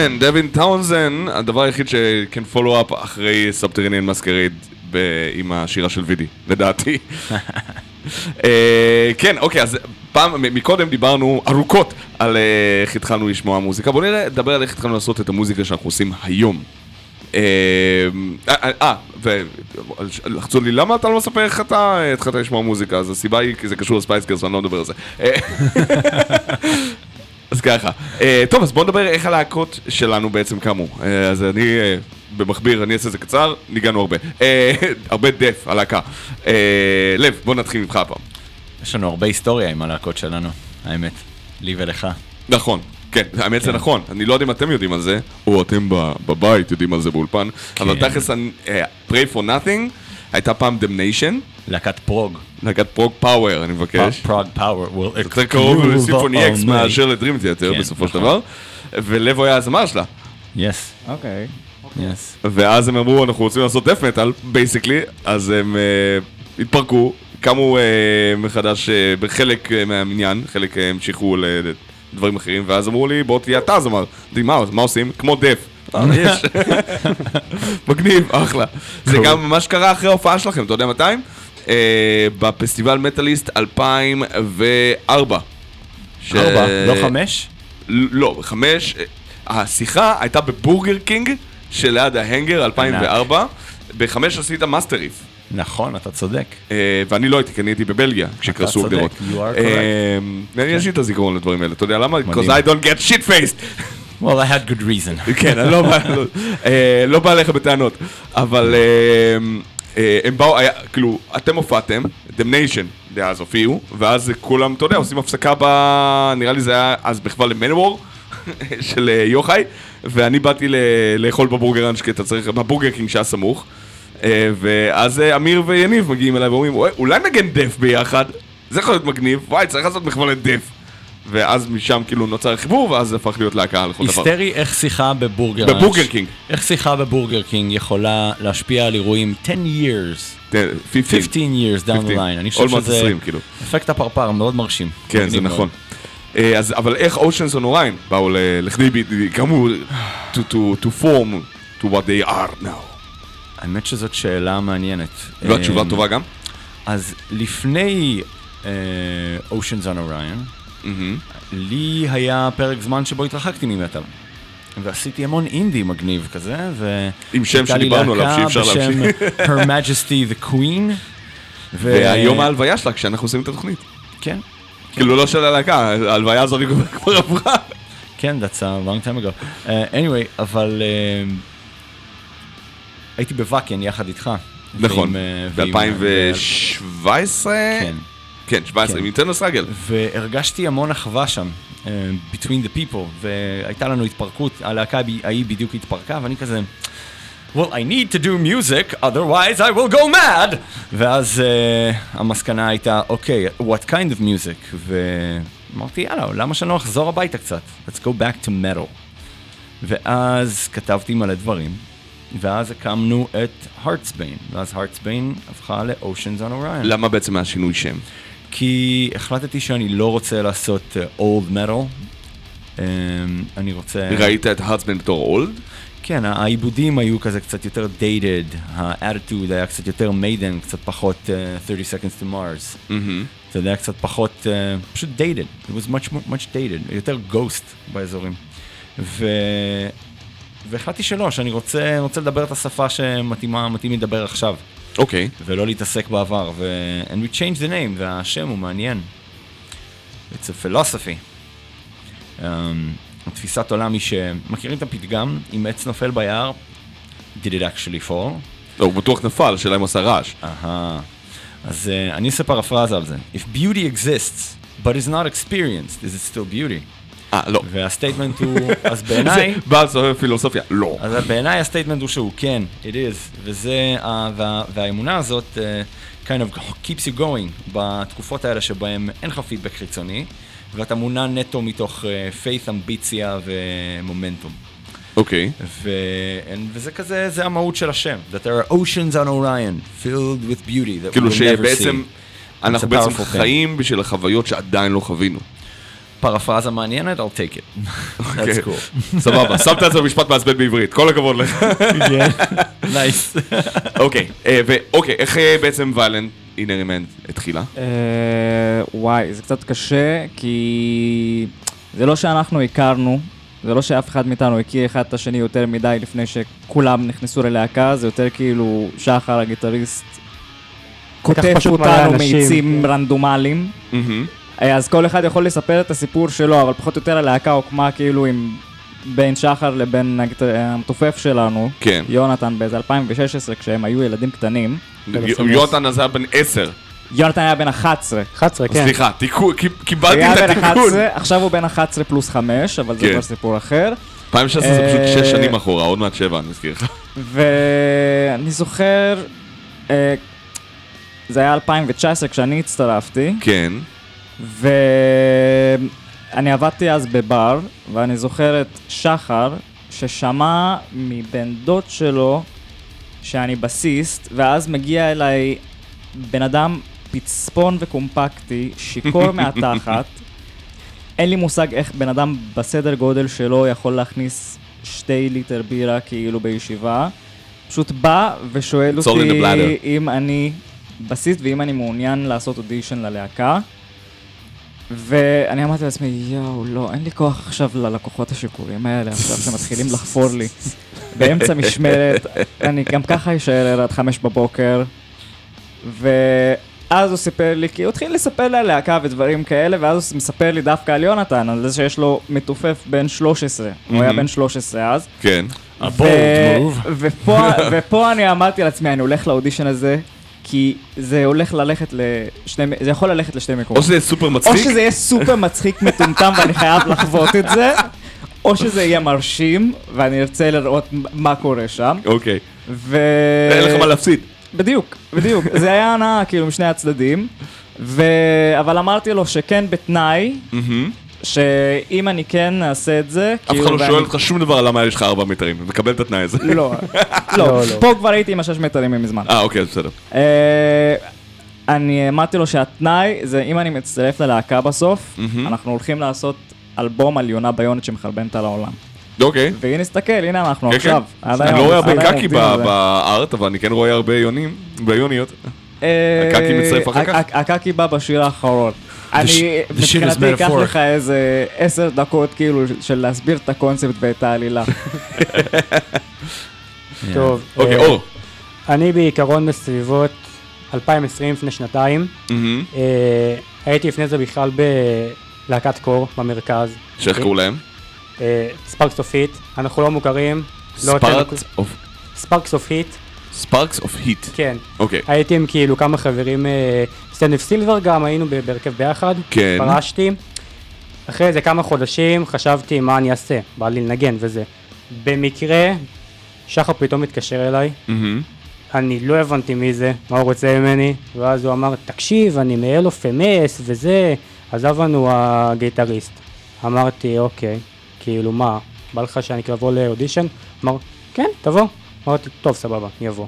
דווין טאונזן, הדבר היחיד שכן פולו-אפ אחרי סאבטרניאן מסקרייד עם השירה של וידי, לדעתי. כן, אוקיי, אז מקודם דיברנו ארוכות על איך התחלנו לשמוע מוזיקה. בואו נדבר על איך התחלנו לעשות את המוזיקה שאנחנו עושים היום. ולחצו לי, למה אתה לא מספר איך אתה התחלת לשמוע מוזיקה? אז הסיבה היא, כי זה קשור לספייס גרס, ואני לא מדבר על זה. אז ככה. טוב, אז בואו נדבר איך הלהקות שלנו בעצם קמו. אז אני, במחביר, אני אעשה את זה קצר, ניגענו הרבה. הרבה דף, הלהקה. לב, בואו נתחיל ממך הפעם. יש לנו הרבה היסטוריה עם הלהקות שלנו, האמת. לי ולך. נכון. כן, האמת זה נכון, אני לא יודע אם אתם יודעים על זה, או אתם בבית יודעים על זה באולפן, אבל תכלס, Pray for Nothing, הייתה פעם Damnation. להקת פרוג. להקת פרוג פאוור, אני מבקש. פרוג פאוור. זה יותר קרוב לסימפוני אקס מאשר לדרים תיאטר בסופו של דבר, ולב היה הזמר שלה. יס. אוקיי. יס. ואז הם אמרו, אנחנו רוצים לעשות דף מטל, בייסיקלי, אז הם התפרקו, קמו מחדש בחלק מהמניין, חלק המשיכו לדברים אחרים, ואז אמרו לי, בוא תהיה אתה זמר. מה עושים? כמו דף. יש. מגניב, אחלה. זה גם ממש קרה אחרי ההופעה שלכם, אתה יודע מתי? בפסטיבל מטאליסט 2004. 4, לא 5? לא, 5. השיחה הייתה בבורגר קינג שליד ההנגר 2004. ב5 עשית מאסטריף. נכון, אתה צודק. ואני לא הייתי, כי אני הייתי בבלגיה כשקרסו גדרות. you are correct. יש לי את הזיכרון לדברים האלה, אתה יודע למה? Because I don't get shit faced. Well, I had good reason. כן, אני לא בא עליך בטענות, אבל הם באו, כאילו, אתם הופעתם, Damnation, דאז הופיעו, ואז כולם, אתה יודע, עושים הפסקה נראה לי זה היה אז בכלל למנוור של יוחאי, ואני באתי לאכול בבורגרן שאתה צריך, בבורגר קינג שהיה סמוך, ואז אמיר ויניב מגיעים אליי ואומרים, אולי נגן דף ביחד, זה יכול להיות מגניב, וואי, צריך לעשות מכבולת דף. ואז משם כאילו נוצר חיבור, ואז זה הפך להיות להקה לכל דבר. היסטרי, איך שיחה בבורגר קינג. איך שיחה בבורגר קינג יכולה להשפיע על אירועים 10 years, 15 years down the line. אני חושב שזה אפקט הפרפר, מאוד מרשים. כן, זה נכון. אבל איך Oceans on Orion באו לכדי, כאמור, to form to what they are now? האמת שזאת שאלה מעניינת. והתשובה טובה גם? אז לפני Oceans on Orion, לי היה פרק זמן שבו התרחקתי ממטל. ועשיתי המון אינדי מגניב כזה, עם שם שדיברנו עליו שאי אפשר להמשיך. Her Majesty the Queen. והיום ההלוויה שלה כשאנחנו עושים את התוכנית. כן. כאילו לא של הלהקה, ההלוויה הזאת כבר עברה. כן, that's a long time ago. Anyway, אבל הייתי בוואקן יחד איתך. נכון, ב-2017? כן. כן, 17, עם אינטרנוס רגל. והרגשתי המון אחווה שם, between the people, והייתה לנו התפרקות, הלהקה ההיא בדיוק התפרקה, ואני כזה, well, I need to do music, otherwise I will go mad! ואז המסקנה הייתה, אוקיי, what kind of music? ואמרתי, יאללה, למה שאני לא אחזור הביתה קצת? Let's go back to metal. ואז כתבתי מלא דברים, ואז הקמנו את Heartsbane, ואז Heartsbane הפכה ל-Oceans on Orion. למה בעצם השינוי שם? כי החלטתי שאני לא רוצה לעשות old metal, אני רוצה... ראית את Heartsbane בתור אולד? כן, העיבודים היו כזה קצת יותר dated, ה-attitude היה קצת יותר maiden, קצת פחות 30 seconds to Mars. זה היה קצת פחות, פשוט dated, it was much dated, יותר ghost באזורים. והחלטתי שלא, שאני רוצה לדבר את השפה מתאים לדבר עכשיו. אוקיי. ולא להתעסק בעבר. And we changed the name, והשם הוא מעניין. It's a philosophy. התפיסת עולם היא שמכירים את הפתגם, אם עץ נופל ביער, did it actually fall? לא, הוא בטוח נפל, שאלה אם עושה רעש. אז אני אעשה פרפרזה על זה. If beauty exists, but is not experienced, is it still beauty? לא. והסטייטמנט הוא, אז בעיניי... זה בעל סובב פילוסופיה, לא. אז בעיניי הסטייטמנט הוא שהוא, כן, it is, וזה, והאמונה הזאת kind of keeps you going בתקופות האלה שבהם אין לך פידבק חיצוני, ואתה מונע נטו מתוך faith, אמביציה ומומנטום. אוקיי. וזה כזה, זה המהות של השם. That there are oceans on Orion, filled with beauty that we will never see. כאילו שבעצם, אנחנו בעצם חיים בשביל החוויות שעדיין לא חווינו. פרפרזה מעניינת, I'll take it. That's cool. סבבה, שמת את זה במשפט מעצבן בעברית, כל הכבוד לך. נייס. אוקיי, איך בעצם ויילנט אינרימנט התחילה? וואי, זה קצת קשה, כי זה לא שאנחנו הכרנו, זה לא שאף אחד מאיתנו הכיר אחד את השני יותר מדי לפני שכולם נכנסו ללהקה, זה יותר כאילו שחר הגיטריסט כותב אותנו מאיצים רנדומליים. אז כל אחד יכול לספר את הסיפור שלו, אבל פחות או יותר הלהקה הוקמה כאילו עם בין שחר לבין המתופף שלנו, כן. יונתן, באיזה 2016 כשהם היו ילדים קטנים. יונתן אז היה בן 10. יונתן היה בן 11. 11, כן. סליחה, קיבלתי היה את בן התיקון. 11, עכשיו הוא בן 11 פלוס 5, אבל זה כן. כבר סיפור אחר. 2016 זה פשוט 6 שנים אחורה, עוד מעט 7, אני מזכיר לך. ואני זוכר, זה היה 2019 כשאני הצטרפתי, כן. ואני עבדתי אז בבר, ואני זוכר את שחר, ששמע מבן דוד שלו שאני בסיסט, ואז מגיע אליי בן אדם פצפון וקומפקטי, שיקור מהתחת. אין לי מושג איך בן אדם בסדר גודל שלו יכול להכניס 2 ליטר בירה כאילו בישיבה. פשוט בא ושואל It's all in the אותי bladder. אם אני בסיסט ואם אני מעוניין לעשות אודישן ללהקה. ואני אמרתי לעצמי, יואו, לא, אין לי כוח עכשיו ללקוחות השיכורים האלה, עכשיו שמתחילים לחפור לי. באמצע משמרת, אני גם ככה אשאר עד 5 בבוקר. ואז הוא סיפר לי, כי הוא התחיל לספר לי על להקה ודברים כאלה, ואז הוא מספר לי דווקא על יונתן, על זה שיש לו מתופף בן 13. הוא היה בן 13 אז. כן. ופה אני אמרתי לעצמי, אני הולך לאודישן הזה, כי זה הולך ללכת זה יכול ללכת לשתי מקומות. או שזה יהיה סופר או מצחיק. שזה יהיה סופר מצחיק מטומטם ואני חייב לחוות את זה, או שזה יהיה מרשים ואני ארצה לראות מה קורה שם. אוקיי. אין לך מה להפסיד. בדיוק. זה היה הנאה כאילו משני הצדדים, אבל אמרתי לו שכן בתנאי, שאם אני כן אעשה את זה, אף אחד לא שואל אותך שום דבר על למה יש לך 4 מטרים, מקבל את התנאי הזה. לא, פה כבר הייתי עם 6 מטרים מזמן. אוקיי, בסדר. אני אמרתי לו שהתנאי זה אם אני מצטרף ללהקה בסוף, אנחנו הולכים לעשות אלבום על יונה ביונית שמחרבנת על העולם. אוקיי. והנה נסתכל, הנה אנחנו כן, עכשיו. אני לא רואה הרבה קקי בארט, אבל אני כן רואה הרבה יונים, ביוניות. הקקי מצטרף אחר כך? הקקי בא בשיר האחרון. אני מבחינתי אקח לך איזה 10 דקות כאילו של להסביר את הקונספט ואת העלילה. טוב. אוקיי, אור. אני בעיקרון בסביבות 2020, לפני שנתיים. הייתי לפני זה בכלל בלהקת קור במרכז. שאיך קראו להם? ספארקס אוף היט. אנחנו לא מוכרים. ספארקס אוף היט. ספארקס אוף היט. כן. אוקיי. הייתי עם כאילו כמה חברים, סטנדאפ סילבר גם, היינו בהרכב ביחד. כן. פרשתי. אחרי איזה כמה חודשים חשבתי מה אני אעשה, בא לי לנגן וזה. במקרה, שחר פתאום מתקשר אליי. אני לא הבנתי מי זה, מה הוא רוצה ממני, ואז הוא אמר, תקשיב, אני מאלו פמס וזה, עזב לנו הגיטריסט. אמרתי, אוקיי, כאילו מה, בא לך שאני אבוא לאודישן? אמר, כן, תבוא. אמרתי, טוב, סבבה, אני אבוא.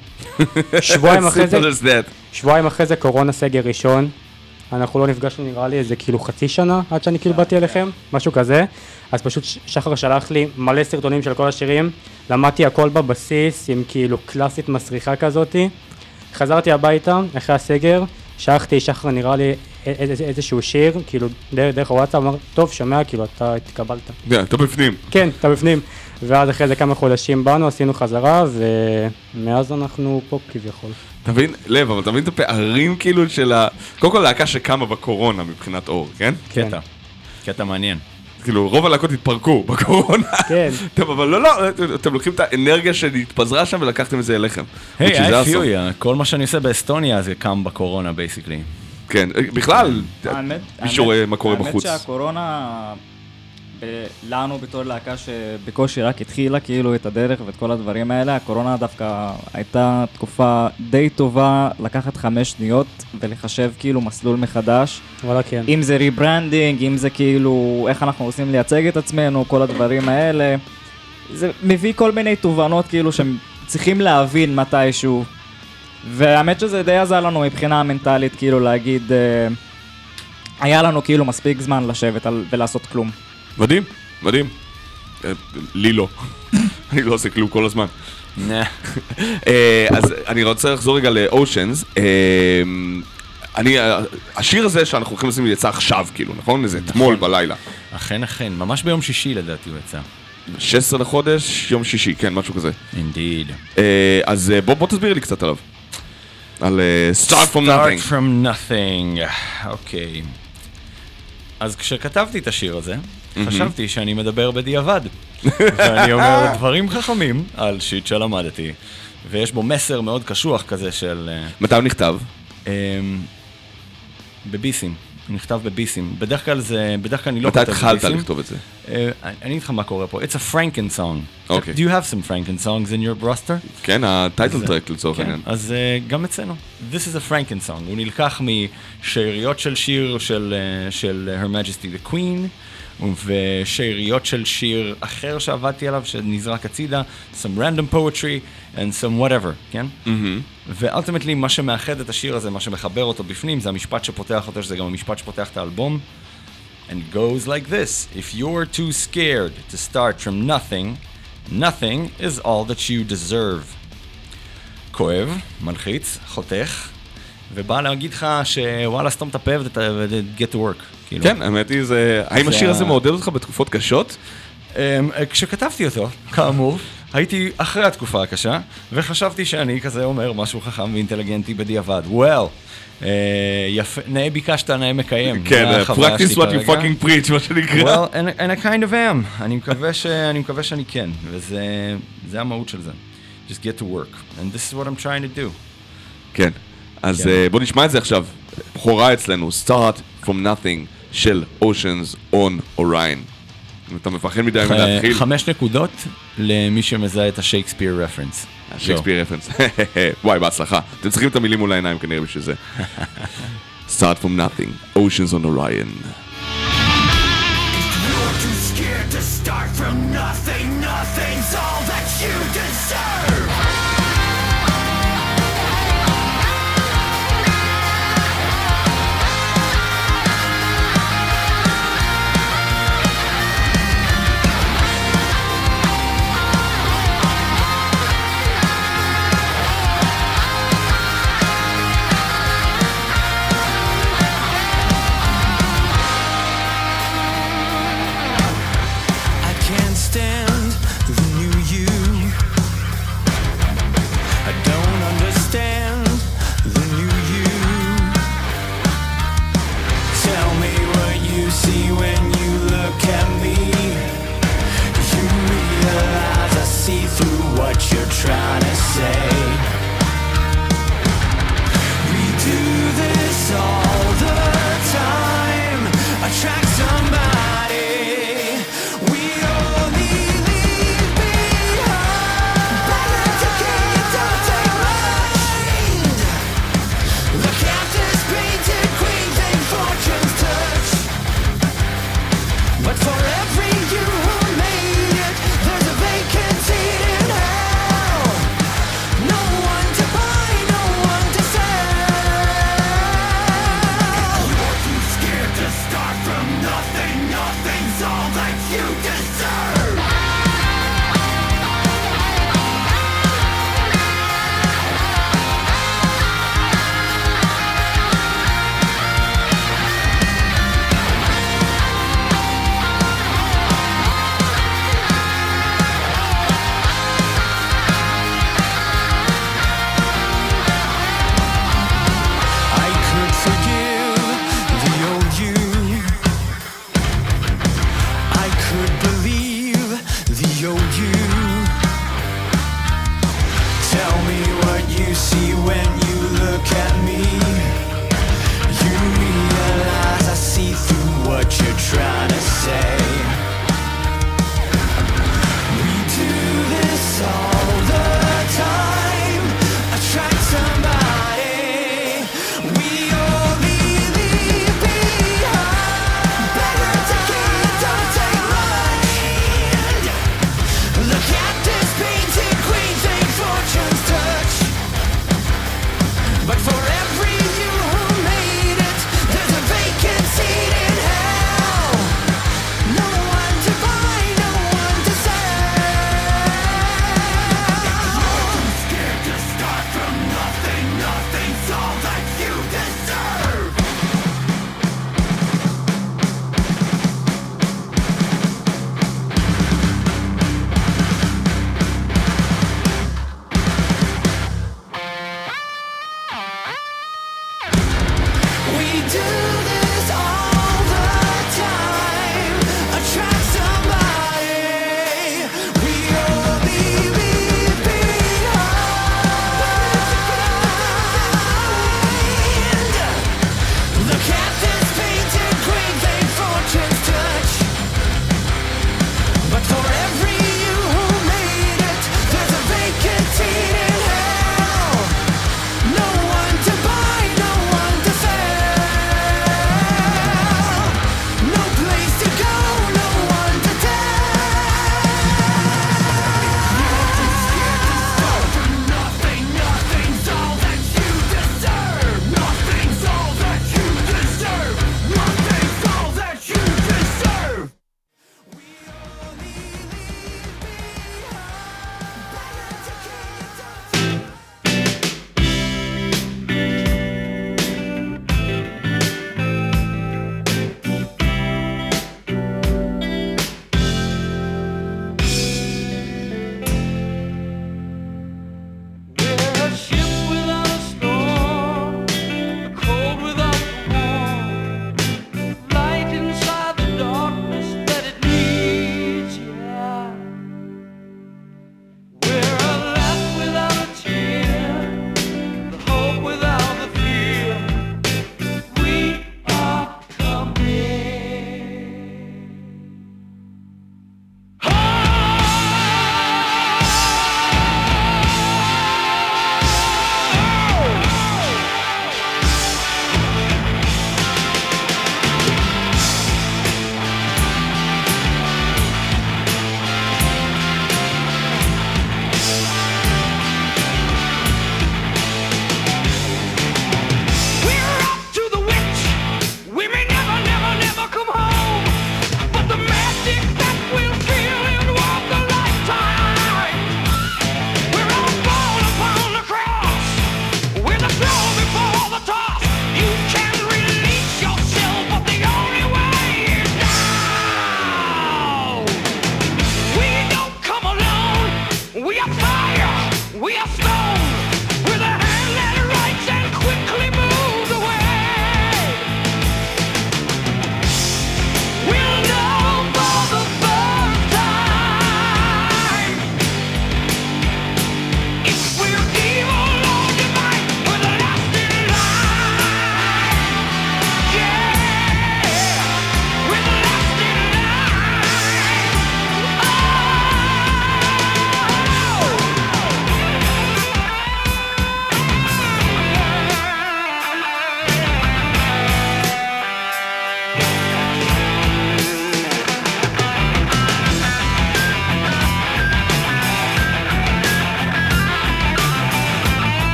שבועיים אחרי זה קורונה סגר ראשון, אנחנו לא נפגשנו נראה לי איזה כאילו חצי שנה עד שאני כאילו באתי אליכם, משהו כזה. אז פשוט שחר שלח לי מלא סרטונים של כל השירים, למדתי הכל בבסיס עם כאילו קלאסית מסריחה כזאתי. חזרתי הביתה אחרי הסגר, שלחתי שחר נראה לי איזשהו שיר, כאילו דרך הוואטסאפ, אמר, טוב, שומע, כאילו אתה התקבלת. אתה בפנים. כן, אתה בפנים. ואז אחרי זה כמה חודשים באנו, עשינו חזרה, ומאז אנחנו פה כביכול. אתה מבין, לב, אבל אתה מבין את הפערים כאילו של קודם כל להקה שקמה בקורונה מבחינת אור, כן? קטע מעניין. כאילו, רוב הלהקות התפרקו בקורונה. כן. טוב, אבל לא, אתם לוקחים את האנרגיה שהתפזרה שם ולקחתם את זה אליכם. היי, I feel you. כל מה שאני עושה באסטוניה זה קם בקורונה, בייסיקלי. כן, בכלל, מישהו רואה מה קורה בחוץ. האמת שהקורונה, לנו בתור להקה שבקושי רק התחילה כאילו את הדרך ואת כל הדברים האלה, הקורונה דווקא הייתה תקופה די טובה לקחת 5 שניות ולחשב כאילו מסלול מחדש. וואלה כן. אם זה ריברנדינג, אם זה כאילו איך אנחנו רוצים לייצג את עצמנו, כל הדברים האלה. זה מביא כל מיני תובנות כאילו שהם צריכים להבין מתישהו. והאמת שזה די עזר לנו מבחינה המנטלית כאילו להגיד היה לנו כאילו מספיק זמן לשבת ולעשות כלום. מדהים, מדהים. לי לא. אני לא עושה כלום כל הזמן. אז אני רוצה לחזור רגע לאושנס. השיר הזה שאנחנו הולכים לשים יצא עכשיו, כאילו, נכון? זה אתמול בלילה. אכן, אכן. ממש ביום שישי לדעתי הוא יצא. 16 לחודש, יום שישי, כן, משהו כזה. Indeed. אז בוא תסביר לי קצת עליו. על Start From Nothing. Start From Nothing. אוקיי. אז כשכתבתי את השיר הזה, חשבתי שאני מדבר בדיעבד. ואני אומר דברים חכמים על שיט שלמדתי. ויש בו מסר מאוד קשוח כזה של... מתי הוא נכתב? בביסים. הוא נכתב בביסים. בדרך כלל אני לא מתי כותב בביסים. התחלת לכתוב את זה? אני אגיד לך מה קורה פה. It's a Franken song. אוקיי. Do you have some Franken songs in your roster? כן, הטייטל טרק לצורך כן, העניין. אז גם אצלנו. This is a Franken song. הוא נלקח משאריות של שיר של Her Majesty the Queen, ושאריות של שיר אחר שעבדתי עליו, שנזרק הצידה, some random poetry and some whatever, כן? ואולטימטלי, מה שמאחד את השיר הזה, מה שמחבר אותו בפנים, זה המשפט שפותח אותו, שזה גם המשפט שפותח את האלבום. And it goes like this: If you're too scared to start from nothing, nothing is all that you deserve. כואב, מלחיץ, חותך, ובא להגיד לך שוואלה, סתום את הפה ו-get to work. כאילו. כן, האמת היא זה... האם השיר הזה מעודד אותך בתקופות קשות? כשכתבתי אותו, כאמור, הייתי אחרי התקופה הקשה, וחשבתי שאני כזה אומר משהו חכם ואינטליגנטי בדיעבד. יפה, נאה ביקשת, נאה מקיים. כן, practice what you fucking preach, מה שנקרא. Well, and I kind of am. אני מקווה שאני כן, וזה המהות של זה. Just get to work. And this is what I'm trying to do. כן, אז בוא נשמע את זה עכשיו. בחורה אצלנו, Start From Nothing של Oceans on Orion. אם אתה מפחד מדי להתחיל. 5 נקודות למי שמזהה את השייקספיר רפרנס. שייקספיר רפרנס. וואי, בהצלחה. אתם צריכים את המילים מול העיניים כנראה בשביל זה. Start From Nothing, Oceans on Orion. You're too scared to start from nothing. Nothing's all that you deserve. I can't stand the new you. I don't understand the new you. Tell me what you see when you look at me. You realize I see through what you're trying to say. We do this all the time. Attract somebody we only leave behind. But you don't take mind. Look at this painted queen thing fortune's touch. But for every you who made it, there's a vacancy in hell. No one to buy, no one to sell.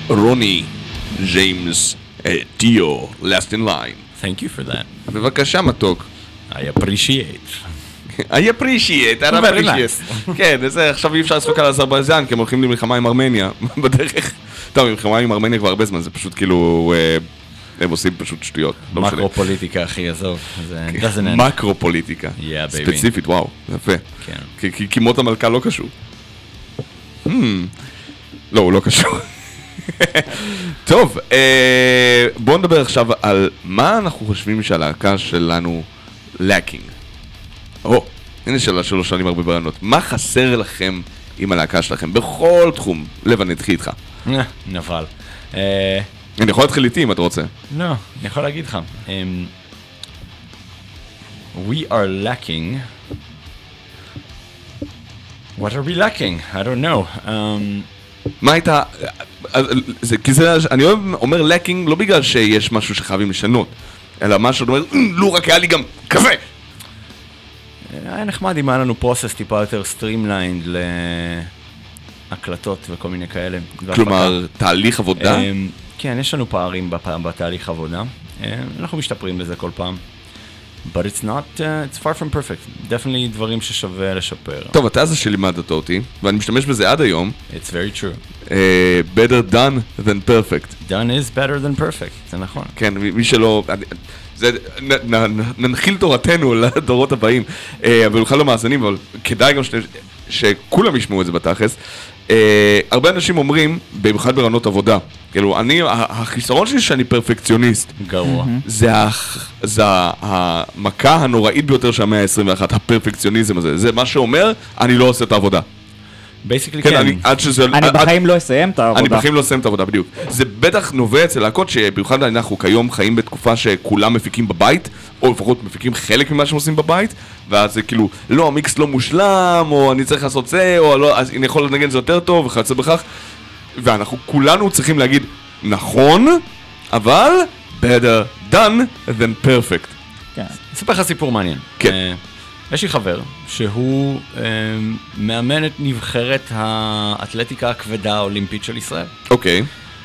רוני ג'יימס דיו, last in line. Thank you for that. בבקשה מתוק. I appreciate. I appreciate, I Very appreciate. כן, זה עכשיו אי אפשר לצחוק על אזרבייג'אן, כי הם הולכים למלחמה עם ארמניה בדרך. טוב, מלחמה עם ארמניה כבר הרבה זמן, זה פשוט כאילו, הם עושים פשוט שטויות. לא משנה. מקרו-פוליטיקה, אחי, עזוב. זה doesn't end. מקרו-פוליטיקה. Yeah, baby. ספציפית, וואו, יפה. כן. כי מות המלכה לא קשור. לא, הוא לא קשור. טוב, בואו נדבר עכשיו על מה אנחנו חושבים שהלהקה שלנו לקינג. הנה שאלה שלא שואלים הרבה ברעיונות. מה חסר לכם עם הלהקה שלכם? בכל תחום. לב, אני אתחיל איתך. נבל. אני יכול להתחיל איתי אם אתה רוצה. לא, אני יכול להגיד לך. We are lacking. What are we lacking? I don't know. מה הייתה... כי זה... אני אומר לקינג לא בגלל שיש משהו שחייבים לשנות, אלא משהו, אומר, לא, רק היה לי גם כזה. היה נחמד אם היה לנו פרוסס טיפה יותר סטרימליינד להקלטות וכל מיני כאלה. כלומר, תהליך עבודה? כן, יש לנו פערים בתהליך עבודה. אנחנו משתפרים בזה כל פעם. But it's not, it's far from perfect. Definitely דברים ששווה לשפר. טוב, אתה זה שלימדת אותי, ואני משתמש בזה עד היום. It's very true. Better done than perfect. Done is better than perfect, זה נכון. כן, מי שלא... ננחיל תורתנו לדורות הבאים, אבל אוכל למאזנים, אבל כדאי גם שכולם ישמעו את זה בתכלס. הרבה אנשים אומרים, במיוחד ברעיונות עבודה, כאילו, החיסרון שלי שאני פרפקציוניסט. גרוע. זה המכה הנוראית ביותר של המאה ה-21, הפרפקציוניזם הזה. זה מה שאומר, אני לא עושה את העבודה. בייסיקלי כן. אני בחיים לא אסיים את העבודה. אני בחיים לא אסיים את העבודה, בדיוק. זה בטח נובע אצל להקות שבמיוחד אנחנו כיום חיים בתקופה שכולם מפיקים בבית, או לפחות מפיקים חלק ממה שהם עושים בבית, ואז זה כאילו, לא, המיקס לא מושלם, או אני צריך לעשות זה, או לא, אז אני יכול לנגן זה יותר טוב, וכיוצא בכך. ואנחנו כולנו צריכים להגיד, נכון, אבל better done than perfect. כן. אספר לך סיפור מעניין. כן. יש לי חבר שהוא מאמן את נבחרת האתלטיקה הכבדה האולימפית של ישראל. אוקיי.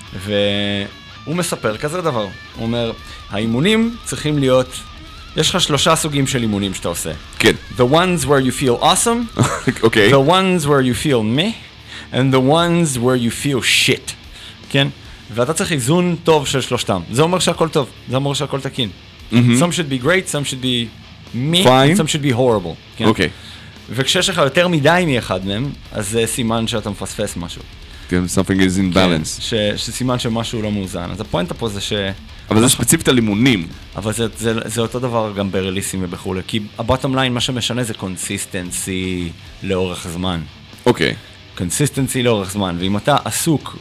והוא מספר כזה דבר. הוא אומר, האימונים צריכים להיות, יש לך 3 סוגים של אימונים שאתה עושה. כן. The ones where you feel awesome, אוקיי. the ones where you feel meh, and the ones where you feel shit. כן? ואתה צריך איזון טוב של 3. זה אומר שהכל טוב, זה אומר שהכל תקין. Some should be great, some should be me, some should be horrible. כן? אוקיי. וכשיש לך יותר מדי מאחד מהם, אז זה סימן שאתה מפספס משהו. כן, something is in balance. שסימן שמשהו לא מאוזן. אז הפואנטה פה זה ש... אבל זה ספציפית על אימונים. אבל זה אותו דבר גם ברליסים ובכו'. כי הבוטום ליין, מה שמשנה זה קונסיסטנסי לאורך זמן. אוקיי. קונסיסטנסי לאורך זמן. ואם אתה עסוק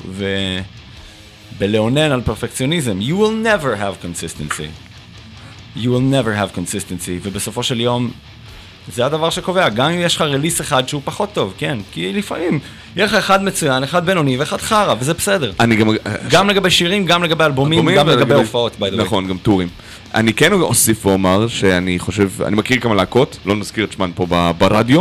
בלאונן על פרפקציוניזם, you will never have consistency. You will never have consistency. ובסופו של יום, זה הדבר שקובע. גם אם יש לך רליס אחד שהוא פחות טוב, כן? כי לפעמים יהיה לך אחד מצוין, אחד בינוני ואחד חרא, וזה בסדר. אני גם לגבי שירים, גם לגבי אלבומים, גם לגבי הופעות, by the way. נכון, גם טורים. אני כן אוסיף ואומר שאני חושב, אני מכיר כמה להקות, לא נזכיר את שמן פה ברדיו,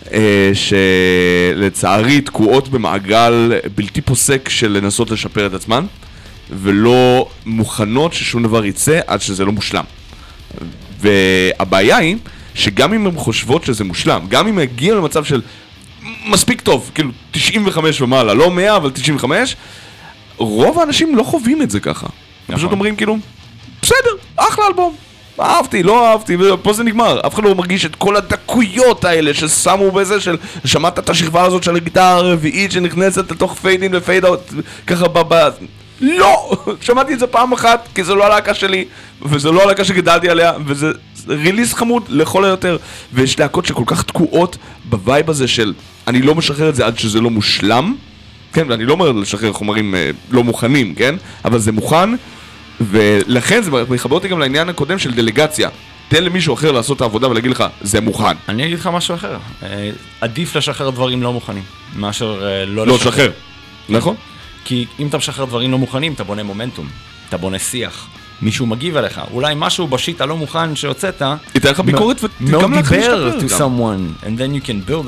שלצערי תקועות במעגל בלתי פוסק של לנסות לשפר את עצמן, ולא מוכנות ששום דבר יצא עד שזה לא מושלם. והבעיה היא שגם אם הן חושבות שזה מושלם, גם אם הגיע למצב של מספיק טוב, כאילו 95 ומעלה, לא 100 אבל 95, רוב האנשים לא חווים את זה ככה. נכון. פשוט אומרים כאילו, בסדר, אחלה אלבום, אהבתי, לא אהבתי, ופה זה נגמר. אף אחד לא מרגיש את כל הדקויות האלה ששמו בזה, של שמעת את השכבה הזאת של הגיטרה הרביעית שנכנסת לתוך פייד-אין ופייד-אוט, ככה לא! שמעתי את זה פעם אחת, כי זה לא הלהקה שלי, וזה לא הלהקה שגדלתי עליה, וזה ריליס חמוד לכל היותר. ויש להקות שכל כך תקועות בווייב הזה של אני לא משחרר את זה עד שזה לא מושלם, כן, ואני לא אומר לשחרר חומרים לא מוכנים, כן? אבל זה מוכן, ולכן זה מחבר אותי גם לעניין הקודם של דלגציה. תן למישהו אחר לעשות את העבודה ולהגיד לך, זה מוכן. אני אגיד לך משהו אחר. עדיף לשחרר דברים לא מוכנים, מאשר לא לשחרר. נכון? כי אם אתה משחרר דברים לא מוכנים, אתה בונה מומנטום, אתה בונה שיח. מישהו מגיב עליך, אולי משהו בשיט הלא מוכן שהוצאת, ייתן לך ביקורת ותגם לך להשתפר. to someone, and then you can build on it.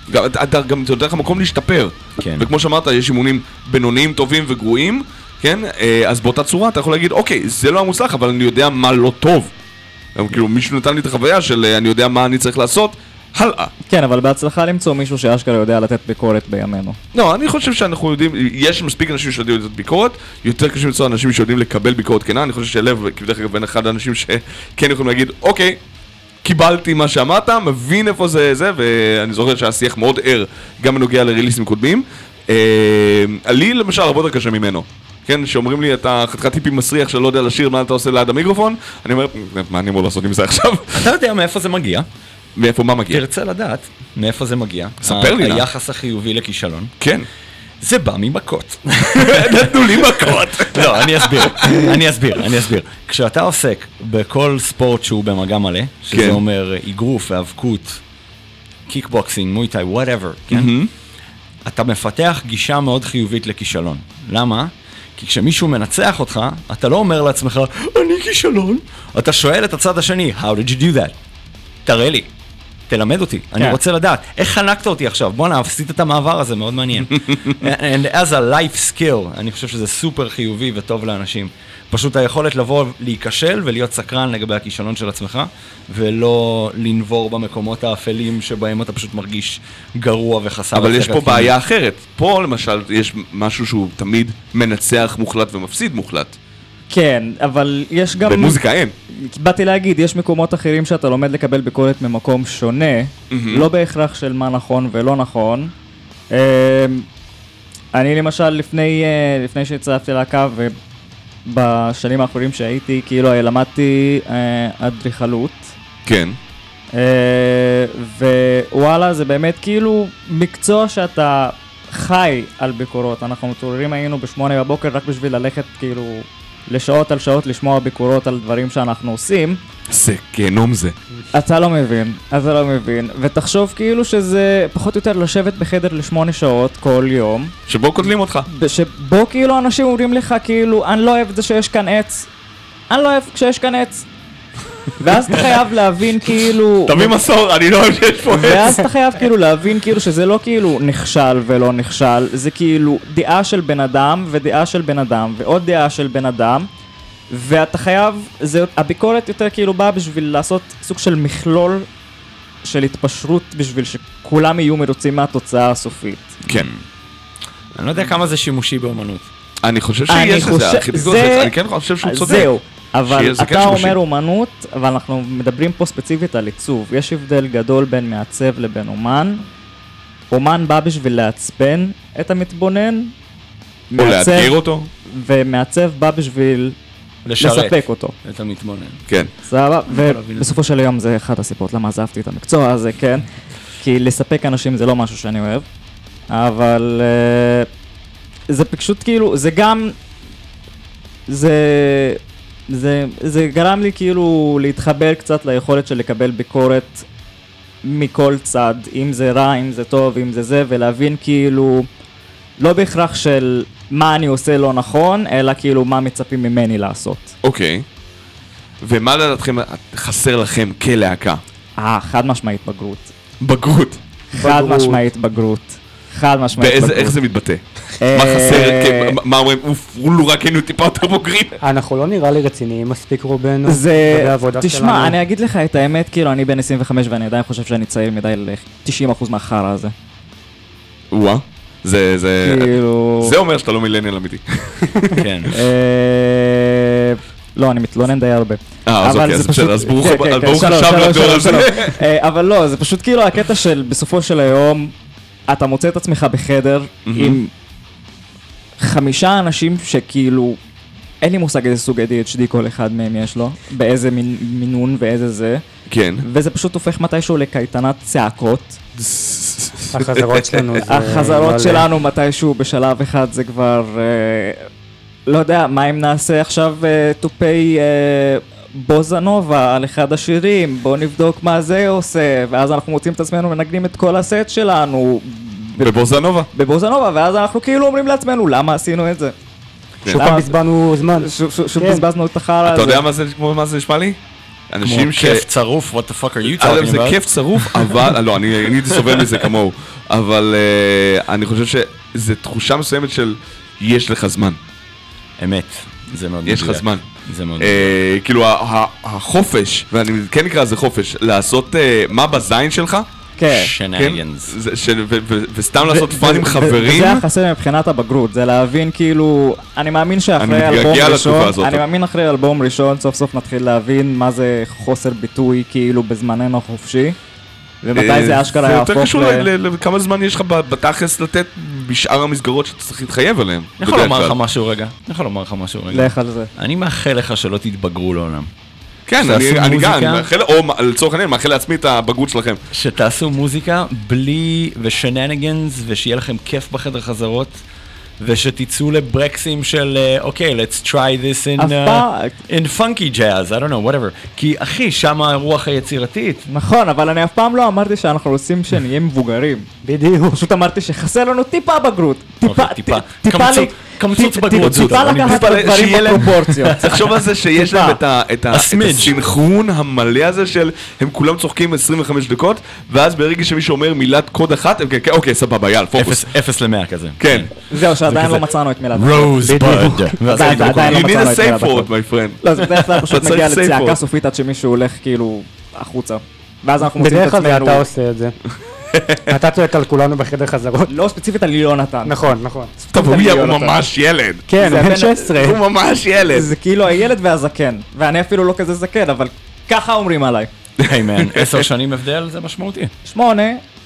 אתה גם נותן לך מקום להשתפר. כן. וכמו שאמרת, יש אימונים בינוניים, טובים וגרועים, כן? אז באותה צורה אתה יכול להגיד, אוקיי, זה לא המוצלח, אבל אני יודע מה לא טוב. כאילו, מישהו נתן לי את החוויה של אני יודע מה אני צריך לעשות, הלאה. כן, אבל בהצלחה למצוא מישהו שאשכרה יודע לתת ביקורת בימינו. לא, אני חושב שאנחנו יודעים, יש מספיק אנשים שיודעים לתת ביקורת, יותר קשה למצוא אנשים שיודעים לקבל ביקורת כנה, אני חושב שלב, כבדרך כלל בין אחד האנשים שכן יכולים להגיד, אוקיי, קיבלתי מה שאמרת, מבין איפה זה, ואני זוכר שהשיח מאוד ער, גם בנוגע לריליסים קודמים. לי למשל הרבה יותר קשה ממנו. כן, שאומרים לי, אתה חתיכת טיפי מסריח שלא יודע לשיר מה אתה עושה ליד המיקרופון, אני אומר, מה אני אמור לעשות עם זה עכשיו? אתה יודע מאיפה זה מגיע? מאיפה מה מגיע? תרצה לדעת מאיפה זה מגיע. ספר לי נא. היחס החיובי לכישלון. כן. זה בא ממכות. נתנו לי מכות. לא, אני אסביר. כשאתה עוסק בכל ספורט שהוא במגע מלא, שזה כן. אומר אגרוף, האבקות, קיקבוקסינג, מוי טאי, whatever, כן? אתה מפתח גישה מאוד חיובית לכישלון. למה? כי כשמישהו מנצח אותך, אתה לא אומר לעצמך, אני כישלון. אתה שואל את הצד השני, how did you do that? תראה לי, תלמד אותי, אני רוצה לדעת, איך חנקת אותי עכשיו? בוא עשית את המעבר הזה, מאוד מעניין. And as a life skill, אני חושב שזה סופר חיובי וטוב לאנשים. פשוט היכולת לבוא, להיכשל ולהיות סקרן לגבי הכישלון של עצמך, ולא לנבור במקומות האפלים שבהם אתה פשוט מרגיש גרוע וחסר. אבל יש פה בעיה אחרת. פה למשל יש משהו שהוא תמיד מנצח מוחלט ומפסיד מוחלט. כן, אבל יש גם... במוזיקה אין. באתי להגיד, יש מקומות אחרים שאתה לומד לקבל ביקורת ממקום שונה, לא בהכרח של מה נכון ולא נכון. אני למשל, לפני שהצטרפתי להקו, ובשנים האחרונים שהייתי, כאילו למדתי אדריכלות. כן. ווואלה, זה באמת כאילו מקצוע שאתה חי על ביקורות. אנחנו מתעוררים היינו ב8 בבוקר רק בשביל ללכת כאילו לשעות על שעות לשמוע ביקורות על דברים שאנחנו עושים. זה גיהנום זה. אתה לא מבין. ותחשוב כאילו שזה פחות או יותר לשבת בחדר ל8 שעות כל יום. שבו קוטלים אותך. שבו כאילו אנשים אומרים לך כאילו, אני לא אוהב את זה שיש כאן עץ. אני לא אוהב כשיש כאן עץ. ואז אתה חייב להבין כאילו... תביא מסור, אני לא אוהב שיש פה עץ. ואז אתה חייב כאילו להבין כאילו שזה לא כאילו נכשל ולא נכשל, זה כאילו דעה של בן אדם ודעה של בן אדם ועוד דעה של בן אדם, ואתה חייב, הביקורת יותר כאילו באה בשביל לעשות סוג של מכלול של התפשרות בשביל שכולם יהיו מרוצים מהתוצאה הסופית. כן. אני לא יודע כמה זה שימושי באומנות. אני חושב שיש לזה, אני כן חושב שהוא צודק. זהו. אבל זה כן אתה שימושי. אומר אומנות, אבל אנחנו מדברים פה ספציפית על עיצוב. יש הבדל גדול בין מעצב לבין אומן. אומן בא בשביל לעצבן את המתבונן. או לאתגר אותו. ומעצב בא בשביל לספק אותו. את המתבונן. כן. סבבה, ובסופו של יום זה אחד הסיבות למה עזבתי את המקצוע הזה, כן? כי לספק אנשים זה לא משהו שאני אוהב. אבל זה פשוט כאילו, זה גם... זה גרם לי כאילו להתחבר קצת ליכולת של לקבל ביקורת מכל צד, אם זה רע, אם זה טוב, אם זה זה, ולהבין כאילו לא בהכרח של מה אני עושה לא נכון, אלא כאילו מה מצפים ממני לעשות. אוקיי. ומה לדעתכם חסר לכם כלהקה? חד משמעית בגרות. בגרות. חד משמעית בגרות. חד משמעית בגרות. איך זה מתבטא? מה חסר? מה אומרים? אולו רק היינו טיפה יותר בוגרים. אנחנו לא נראה לי רציניים מספיק רובנו. זה... בעבודה שלנו. תשמע, אני אגיד לך את האמת, כאילו אני בן 25 ואני עדיין חושב שאני צעיר מדי ל-90% מהחרא הזה. וואה. זה כאילו... זה אומר שאתה לא מילניאל אמיתי. כן. לא, אני מתלונן די הרבה. אז אוקיי, אז בסדר, אז ברוך השב לדור הזה. אבל לא, זה פשוט כאילו הקטע של בסופו של היום, אתה מוצא את עצמך בחדר עם 5 אנשים שכאילו, אין לי מושג איזה סוג ADHD כל אחד מהם יש לו, באיזה מינון ואיזה זה. כן. וזה פשוט הופך מתישהו לקייטנת צעקות. החזרות שלנו זה... החזרות שלנו מתישהו בשלב אחד זה כבר... לא יודע, מה אם נעשה עכשיו טופי בוזנובה על אחד השירים, בואו נבדוק מה זה עושה, ואז אנחנו מוצאים את עצמנו מנגנים את כל הסט שלנו. בבוזנובה. בבוזנובה, ואז אנחנו כאילו אומרים לעצמנו, למה עשינו את זה? שוב פעם בזבזנו זמן. שוב בזבזנו את החרא הזה. אתה יודע מה זה נשמע לי? אנשים כמו כיף צרוף, what the fuck are you א', talking זה about? כיף צרוף, אבל, לא, אני הייתי סובל מזה כמוהו, אבל אני חושב שזה תחושה מסוימת של יש לך זמן. אמת, זה מאוד יש לך זמן. זה מאוד כאילו החופש, ואני כן נקרא לזה חופש, לעשות מה בזין שלך, כן. שנאגנס. וסתם לעשות פאן עם וזה חברים. החסר מבחינת הבגרות, זה להבין כאילו, אני מאמין שאחרי אני אלבום מתגעגע ראשון, לתקופה הזאת. אני מאמין אחרי אלבום ראשון, סוף סוף נתחיל להבין מה זה חוסר ביטוי כאילו בזמננו החופשי, ומתי זה אשכרה זה יותר יהפוך קשור לכמה זמן יש לך בתכלס לתת בשאר המסגרות שאתה צריך להתחייב עליהם. אני יכול בדרך לומר לך כלל. משהו רגע? אני יכול לומר לך משהו רגע? לך על זה. אני מאחל לך שלא תתבגרו לעולם. כן, שתעשו אני גם, מוזיקה. מאחל, או לצורך העניין, מאחל לעצמי את הבגרות שלכם. שתעשו מוזיקה בלי ושננגנס, ושיהיה לכם כיף בחדר חזרות, ושתצאו לברקסים של, אוקיי, let's try this אף פעם, in funky jazz, I don't know, whatever. כי אחי, שם הרוח היצירתית. נכון, אבל אני אף פעם לא אמרתי שאנחנו רוצים שנהיה מבוגרים. בדיוק. פשוט אמרתי שחסר לנו טיפה בגרות. אוקיי, טיפה. קמצוץ בגרות, טיפה זוטה. לקחת את הדברים שיהיה להם- בפרופורציות. תחשוב על זה שיש להם את הסמידג'. הסינכרון המלא הזה של הם כולם צוחקים 25 דקות, ואז ברגע שמישהו אומר מילת קוד אחת, הם כן, אוקיי, סבבה, יאללה, פוקוס. 0 ל-100 כזה. כן. זהו, שעדיין כזה. לא מצאנו את מילת. Rosebud. ואז עדיין בדיוק לא You need מצאנו a את safe מילת word, my friend. לא, זה בדרך כלל פשוט אתה צריך מגיע safe לצעקה word. סופית עד שמישהו הולך כאילו החוצה. ואז אנחנו מוצאים בדרך את כלל זה עצמנו... אתה עושה את זה. אתה צועק על כולנו בחדר חזרות. לא ספציפית על יונתן. נכון, נכון. טוב, הוא יונתן. ממש ילד. כן, זה בן בן- 16. הוא ממש ילד. זה כאילו הילד והזקן. ואני אפילו לא כזה זקן, אבל ככה אומרים עליי. היי מן, 10 שנים הבדל זה משמעותי. 8.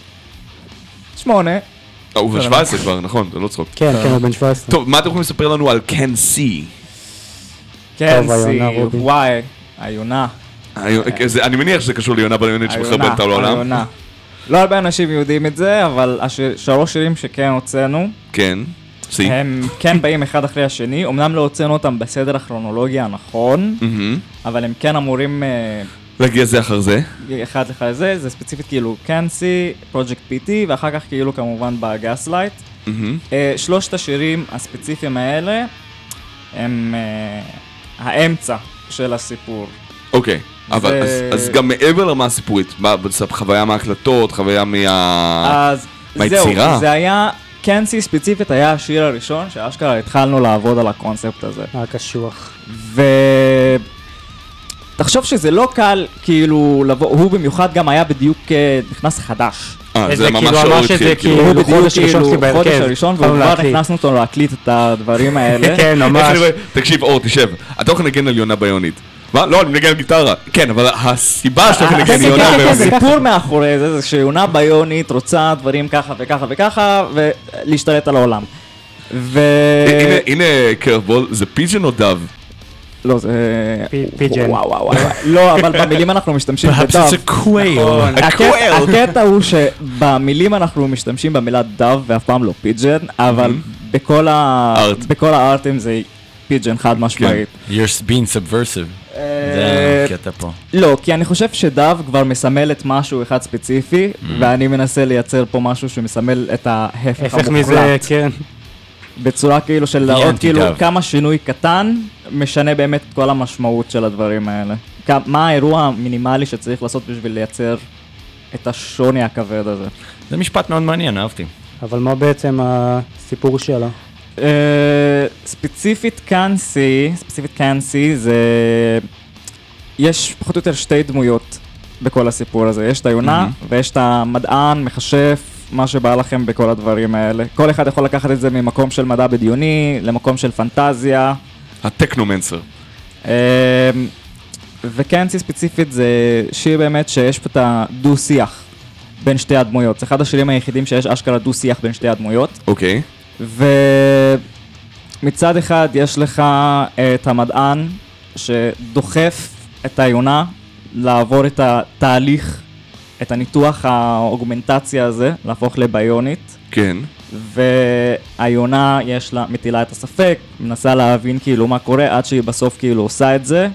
הוא בן 17 כבר, נכון, זה לא צחוק. כן, כן, הוא בן 17. טוב, מה אתם יכולים לספר לנו על Can See? כן, טוב, היונה, סי, רובי. וואי, היונה. אני מניח שזה קשור ליונה ביונית שמחבר אותה לעולם. היונה. לא הרבה אנשים יודעים את זה, אבל שלוש שירים שכן הוצאנו, כן. See. הם כן באים אחד אחרי השני, אמנם לא הוצאנו אותם בסדר הכרונולוגי הנכון, אבל הם כן אמורים להגיע זה אחר זה. אחד לך לזה, זה ספציפית כאילו קנסי, פרויקט PT, ואחר כך כאילו כמובן בגאסלייט. שלושת השירים הספציפיים האלה הם האמצע של הסיפור. אוקיי. אבל אז גם מעבר למה הסיפורית, חוויה מההקלטות, חוויה אז מהיצירה. זהו, זה היה, קנסי ספציפית היה השיר הראשון, שאשכרה התחלנו לעבוד על הקונספט הזה. הקשוח. תחשוב שזה לא קל כאילו לבוא, הוא במיוחד גם היה בדיוק נכנס חדש. זה ממש כאילו אור אמר שזה התחיל, כאילו. כאילו הוא בדיוק חודש ראשון שלי בהרכב. חודש הראשון, התחלנו וכבר להקליט. הכנסנו אותו להקליט את הדברים האלה. כן, איך ממש. אני רואה? תקשיב, אור, תשב. אתה יכול לנגן על יונה ביונית. מה? לא, אני מנגן על גיטרה. כן, אבל הסיבה שאתה יכול לנגן על יונה כן, ביונית. סיפור מאחורי זה, זה שיונה ביונית רוצה דברים ככה וככה וככה, ולהשתלט על העולם. הנה קרבול, זה פיג'ן או דב? לא, זה... פיג'ן. וואו, וואו, וואו. לא, אבל במילים אנחנו משתמשים Perhaps בדב. it's a quail. נכון. הקוויל. הקטע הוא שבמילים אנחנו משתמשים במילה דב ואף פעם לא פיג'ן, אבל בכל הארטים זה פיג'ן חד משמעית. You're being subversive. זה הקטע פה. לא, כי אני חושב שדב כבר מסמל את משהו אחד ספציפי, ואני מנסה לייצר פה משהו שמסמל את ההפך הפך מזה, המוחלט. כן. בצורה כאילו של The להראות כאילו anti-דב. כמה שינוי קטן משנה באמת את כל המשמעות של הדברים האלה. מה האירוע המינימלי שצריך לעשות בשביל לייצר את השוני הכבד הזה. זה משפט מאוד מעניין, אהבתי. אבל מה בעצם הסיפור שלה? ספציפית קאנסי זה... יש פחות או יותר שתי דמויות בכל הסיפור הזה. יש את היונה ויש את המדען, מכשף, מה שבא לכם בכל הדברים האלה. כל אחד יכול לקחת את זה ממקום של מדע בדיוני, למקום של פנטזיה. הטכנומנסר. וקאנסי ספציפית זה שיר באמת שיש פה את הדו-שיח בין שתי הדמויות. זה אחד השירים היחידים שיש אשכרה דו-שיח בין שתי הדמויות. אוקיי. ומצד אחד יש לך את המדען שדוחף את היונה לעבור את התהליך, את הניתוח האוגמנטציה הזה, להפוך לביונית. כן. והיונה יש לה, מטילה את הספק, מנסה להבין כאילו מה קורה, עד שהיא בסוף כאילו עושה את זה.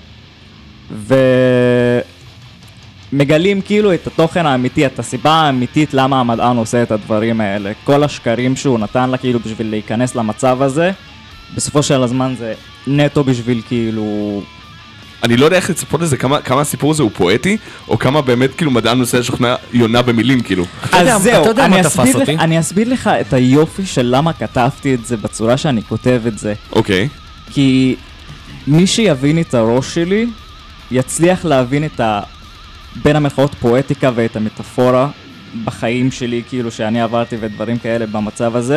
ומגלים כאילו את התוכן האמיתי, את הסיבה האמיתית למה המדען עושה את הדברים האלה. כל השקרים שהוא נתן לה כאילו בשביל להיכנס למצב הזה, בסופו של הזמן זה נטו בשביל כאילו אני לא יודע איך לצפות לזה, כמה הסיפור הזה הוא פואטי, או כמה באמת כאילו מדען מנסה לשכנע יונה במילים כאילו. אז זהו, אתה יודע מה תפס אותי? אני אסביר לך את היופי של למה כתבתי את זה בצורה שאני כותב את זה. אוקיי. כי מי שיבין את הראש שלי, יצליח להבין את בין המרכאות פואטיקה ואת המטאפורה בחיים שלי, כאילו שאני עברתי ודברים כאלה במצב הזה.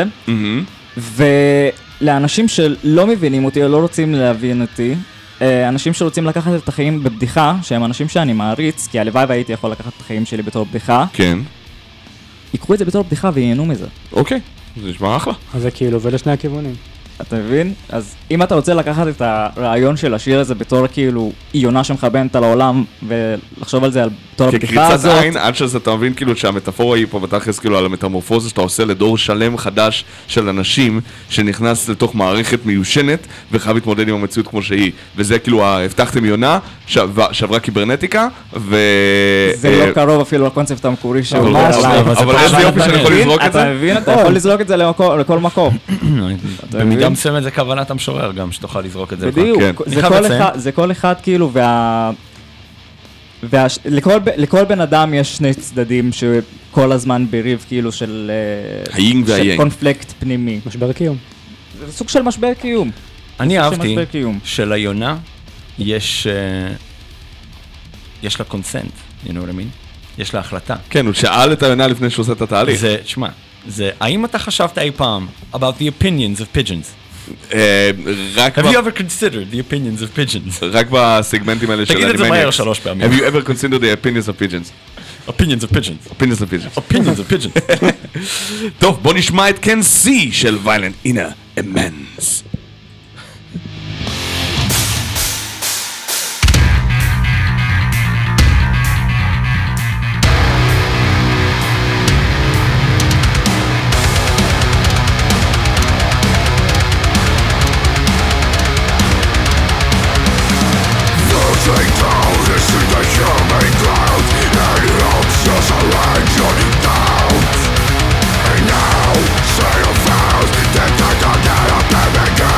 ולאנשים שלא מבינים אותי או לא רוצים להבין אותי, אנשים שרוצים לקחת את החיים בבדיחה, שהם אנשים שאני מעריץ, כי הלוואי והייתי יכול לקחת את החיים שלי בתור בדיחה, כן. יקחו את זה בתור בדיחה וייהנו מזה. אוקיי, זה נשמע אחלה. אז זה כאילו, ולשני הכיוונים. אתה מבין? אז אם אתה רוצה לקחת את הרעיון של השיר הזה בתור כאילו יונה שמכוונת על העולם ולחשוב על זה בתור הבדיחה כקריצת הזאת, עין, עד שאתה מבין כאילו שהמטאפורה היא פה בתכלס כאילו על המטמורפוזה שאתה עושה לדור שלם חדש של אנשים שנכנס לתוך מערכת מיושנת וחייב להתמודד עם המציאות כמו שהיא. וזה כאילו, הבטחתם יונה שעברה קיברנטיקה זה לא קרוב אפילו לקונספט המקורי של... אבל איזה יופי שאני יכול לזרוק את אתה זה? מבין? אתה יכול לזרוק את זה לכל מקום. במידה מסוימת זה כוונת המשורר גם, שתוכל לזרוק את זה. בדיוק, זה כל אחד כאילו, לכל בן אדם יש שני צדדים שכל הזמן בריב כאילו של היינג והיאנג. קונפליקט פנימי. משבר קיום. זה סוג של משבר קיום. אני אהבתי משבר קיום. שליונה יש לה קונסנט, you know what I mean? יש לה החלטה. כן, הוא שאל את היונה לפני שהוא עושה את התהליך. זה, תשמע, האם אתה חשבת אי פעם about the opinions of pigeons? רק Have you ever considered the opinions of pigeons? רק בסגמנטים האלה של תגיד את זה מהר 3 פעמים. Have you ever considered the opinions of pigeons? opinions of pigeons. opinions of pigeons. opinions of pigeons. טוב, בוא נשמע את Can See של Violent Inner Immense. Now, say your vows, then take a get up and begin.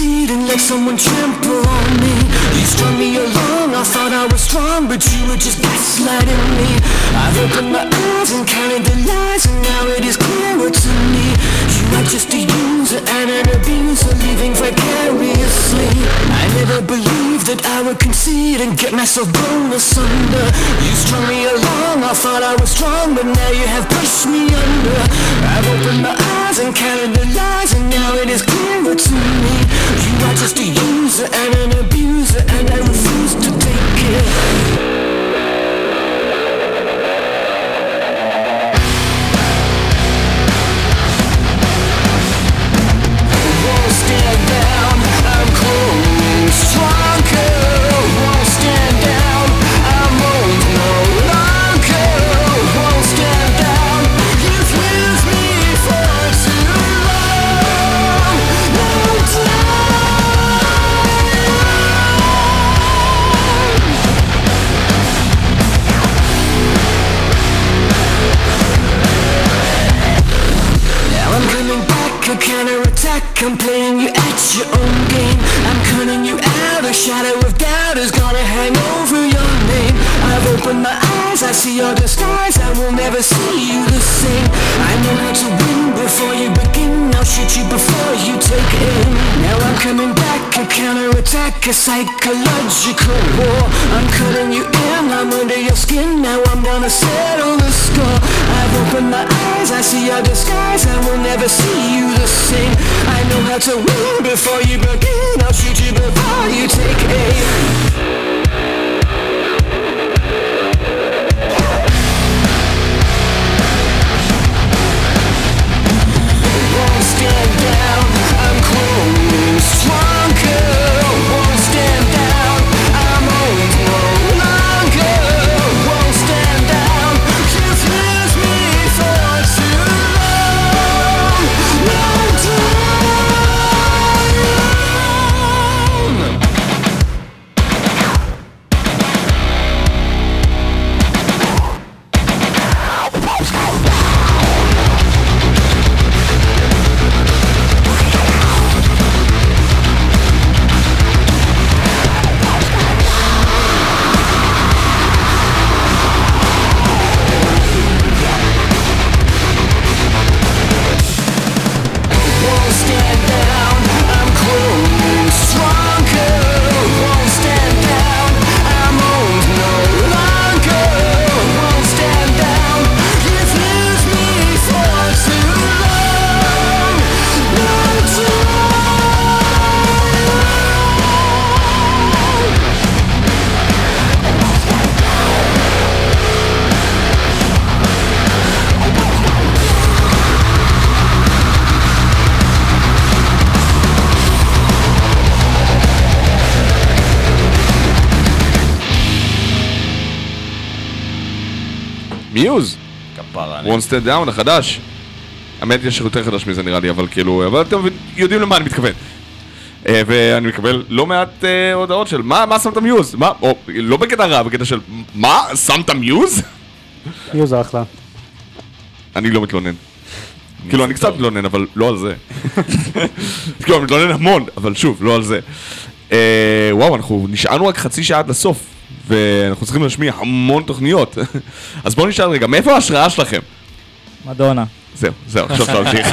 concede and let someone trample on me. You strung me along, I thought I was strong, but you were just gaslighting me. I've opened my eyes and counted the lies, and now it is clearer to me. You are just a user and an abuser, living vicariously. I never believed that I would concede and get myself blown asunder. You strung me along, I thought I was strong, but now you have pushed me under. I've opened my eyes and counted the lies, and now it is clearer to me. You are just a user and an abuser, and I refuse to take it. Won't stand down, I'm growing stronger. Won't stand down, I'm old no longer. Won't stand down, you've used me for too long. Won't Now I'm coming back, a counterattack. I'm playing you at your own game. I'm cutting you out, a shadow of doubt is gonna hang over your name. I've opened my eyes, I see your disguise, I will never see you the same. I know how to win before you begin, I'll shoot you before you take aim. Now I'm coming back, a counterattack, a psychological war. I'm cutting you in, I'm under your skin, now I'm gonna settle the score. I've opened my eyes, I see your disguise, I will never see you the same. I know how to win before you begin, I'll shoot you before you take aim. Won't stand down, I'm growing stronger. Won't stand down, I'm old no longer. Won't stand down, you've used me for too long. Won't down. Won't stand down, I'm growing stronger. Won't stand down, I'm old no longer. Won't stand down, you've used me for too long. Won't מיוז, כפרה. One Stand Down החדש. האמת יש יותר חדש מזה נראה לי, אבל כאילו, אבל אתם יודעים למה אני מתכוון. ואני מקבל לא מעט הודעות של מה שמת מיוז? מה? או לא בקטע רע, בקטע של מה? שמת מיוז? מיוז אחלה. אני לא מתלונן. כאילו אני קצת מתלונן, אבל לא על זה. כאילו אני מתלונן המון, אבל שוב, לא על זה. וואו, אנחנו נשארנו רק חצי שעה עד לסוף, ואנחנו צריכים להשמיע המון תוכניות. אז בואו נשאל רגע, מאיפה ההשראה שלכם? מדונה. זהו, עכשיו אפשר להמשיך.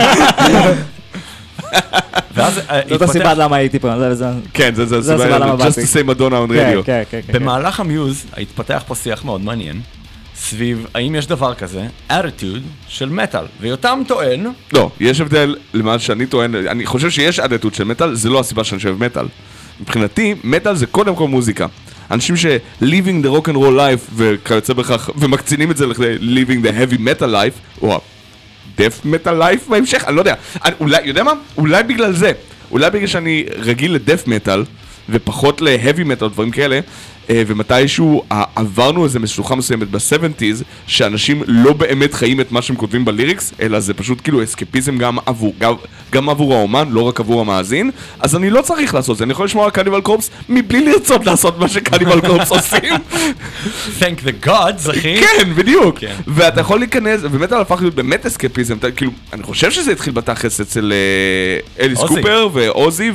ואז זאת הסיבה למה הייתי פה. כן, זה הסיבה למה just באתי. to say Madonna on radio. כן, כן, כן. במהלך המיוז התפתח פה שיח מאוד מעניין סביב האם יש דבר כזה, attitude של מטאל, ויותם טוען, לא, יש הבדל למה שאני טוען, אני חושב שיש attitude של מטאל, זה לא הסיבה שאני חושב מטאל. מבחינתי, מטאל זה קודם כל מוזיקה. אנשים ש-living the rock and roll life וכיוצא בכך, ומקצינים את זה ל-living the heavy metal life, או ה-death metal life בהמשך, אני לא יודע. אולי, יודע מה? אולי בגלל זה. אולי בגלל שאני רגיל ל-death metal, ופחות ל-heavy metal, דברים כאלה, ומתישהו עברנו איזה משלוחה מסוימת ב-70s, שאנשים לא באמת חיים את מה שהם כותבים בליריקס, אלא זה פשוט כאילו אסקפיזם גם עבור האומן, לא רק עבור המאזין, אז אני לא צריך לעשות זה, אני יכול לשמוע על קניבל קורפס מבלי לרצות לעשות מה שקניבל קורפס עושים. Thank the gods, אחי. כן, בדיוק. ואתה יכול להיכנס, באמת הפך להיות באמת אסקפיזם, כאילו, אני חושב שזה התחיל בתכלס אצל אליס קופר ואוזי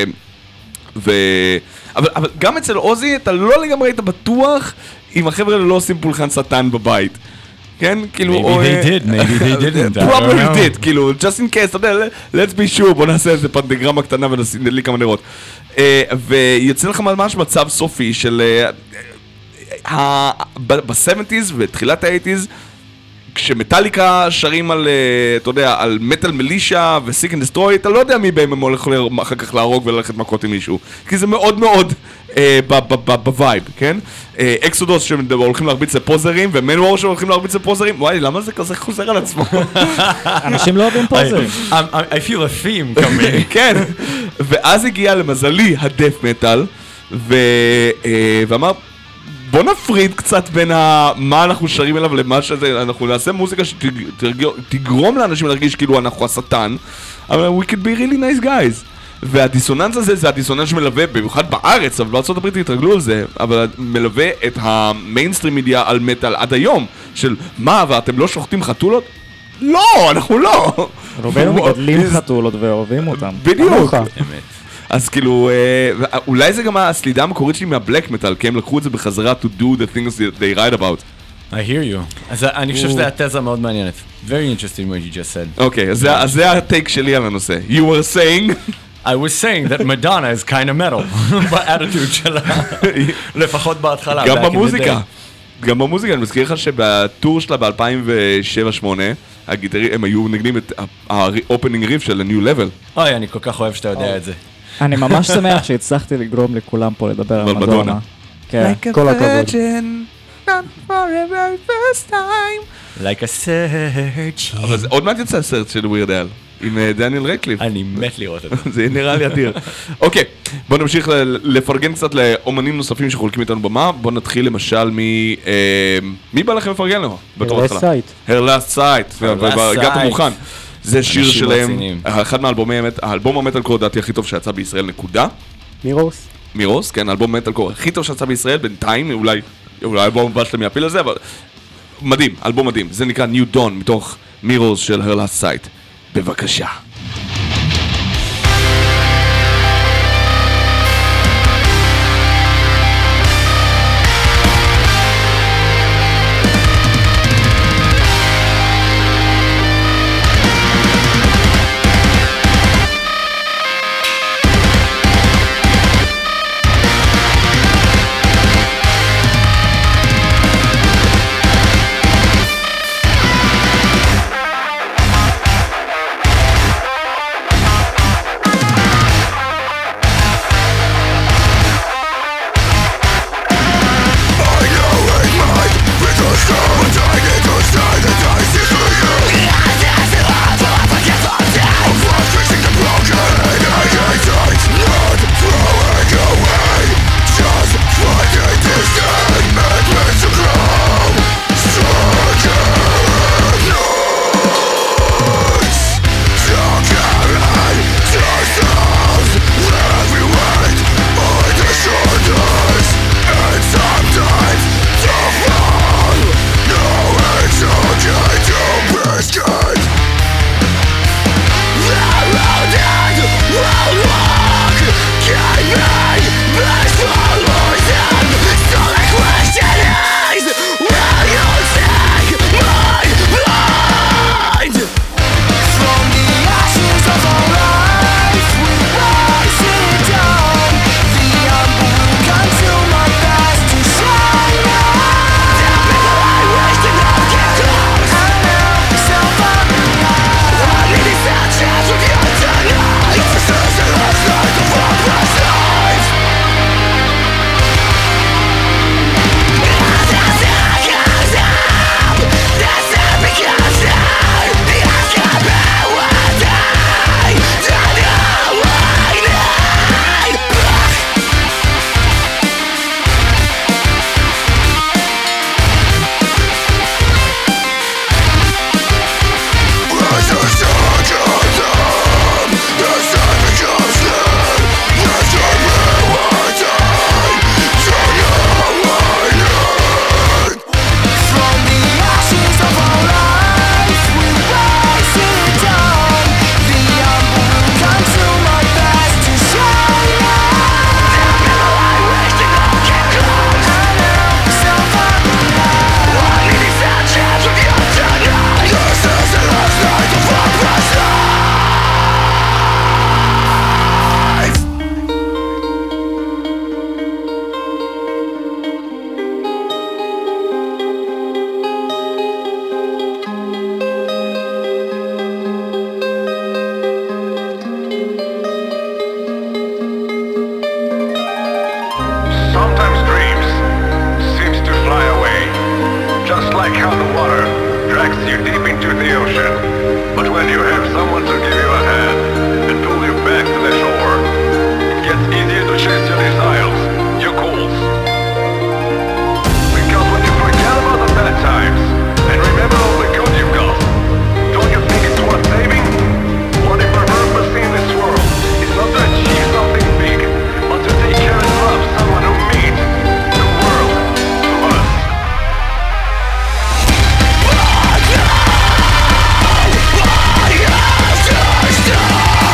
אבל גם אצל עוזי אתה לא לגמרי היית בטוח אם החבר'ה לא עושים פולחן שטן בבית. כן? כאילו... Maybe they did, maybe they didn't. Probably did, כאילו, just in case, אתה יודע, let's be sure, בוא נעשה איזה פנדגרמה קטנה ונדליק כמה נרות. ויוצא לך ממש מצב סופי של... ב-70s ותחילת ה-80s, כשמטליקה שרים על, אתה יודע, על מטל מלישה וסיק אנד דסטרוי, אתה לא יודע מי בהם הם הולך אחר כך להרוג וללכת מכות עם מישהו. כי זה מאוד מאוד בווייב, כן? אקסודוס שהולכים להרביץ לפוזרים, ומנוור שהולכים להרביץ לפוזרים, וואי, למה זה כזה חוזר על עצמו? אנשים לא אוהבים פוזרים. I feel a theme coming. כן. ואז הגיע למזלי הדף מטל, ואמר, בוא נפריד קצת בין מה אנחנו שרים אליו למה שזה, אנחנו נעשה מוזיקה שתגרום לאנשים להרגיש כאילו אנחנו השטן, אבל we could be really nice guys. והדיסוננס הזה זה הדיסוננס שמלווה, במיוחד בארץ, אבל בארצות הברית התרגלו על זה, אבל מלווה את המיינסטרים מידיה על מטל עד היום, של מה, ואתם לא שוחטים חתולות? לא, אנחנו לא! רובנו מגדלים חתולות ואוהבים אותם. בדיוק. אז כאילו, אולי זה גם הסלידה המקורית שלי מהבלק מטל, כי הם לקחו את זה בחזרה to do the things that they write about. I hear you. אז אני חושב שזו התזה מאוד מעניינת. Very interesting what you just said. אוקיי, אז זה הטייק שלי על הנושא. You were saying... I was saying that Madonna is kind of metal, באטitude שלה, לפחות בהתחלה. גם במוזיקה, אני מזכיר לך שבטור שלה ב-2007-2008, הם היו נגנים את ה-opening riff של ה-New Level. אוי, אני כל כך אוהב שאתה יודע את זה. אני ממש שמח שהצלחתי לגרום לכולם פה לדבר על מדונה. כן, כל הכבוד. Like a search. אבל עוד מעט יצא הסרט של ווירד אל, עם דניאל רדקליף. אני מת לראות את זה. זה נראה לי אדיר. אוקיי, בוא נמשיך לפרגן קצת לאומנים נוספים שחולקים איתנו במה. בוא נתחיל למשל מי בא לכם לפרגן לו? בתור התחלה. Her Last Sight. הגעתם מוכן. זה שיר שלהם, אחד מהאלבום המטל קור דעתי הכי טוב שיצא בישראל, נקודה. מירוס, כן, אלבום מטל קור הכי טוב שיצא בישראל, בינתיים, אולי האלבום הבא שלהם יפיל על זה, אבל מדהים, אלבום מדהים. זה נקרא New Dawn, מתוך מירוס של Her Last Sight. בבקשה. Sometimes dreams seems to fly away, just like how the water drags you deep into the ocean. But when you have someone to give you a hand and pull you back to the shore, it gets easier to chase your desires, your goals. Because when you forget about the bad times and remember all the good you've got, don't you think it's worth saving? What if our purpose in this world is not to achieve something big, but to take care and love someone who means the world to us? I have to stop.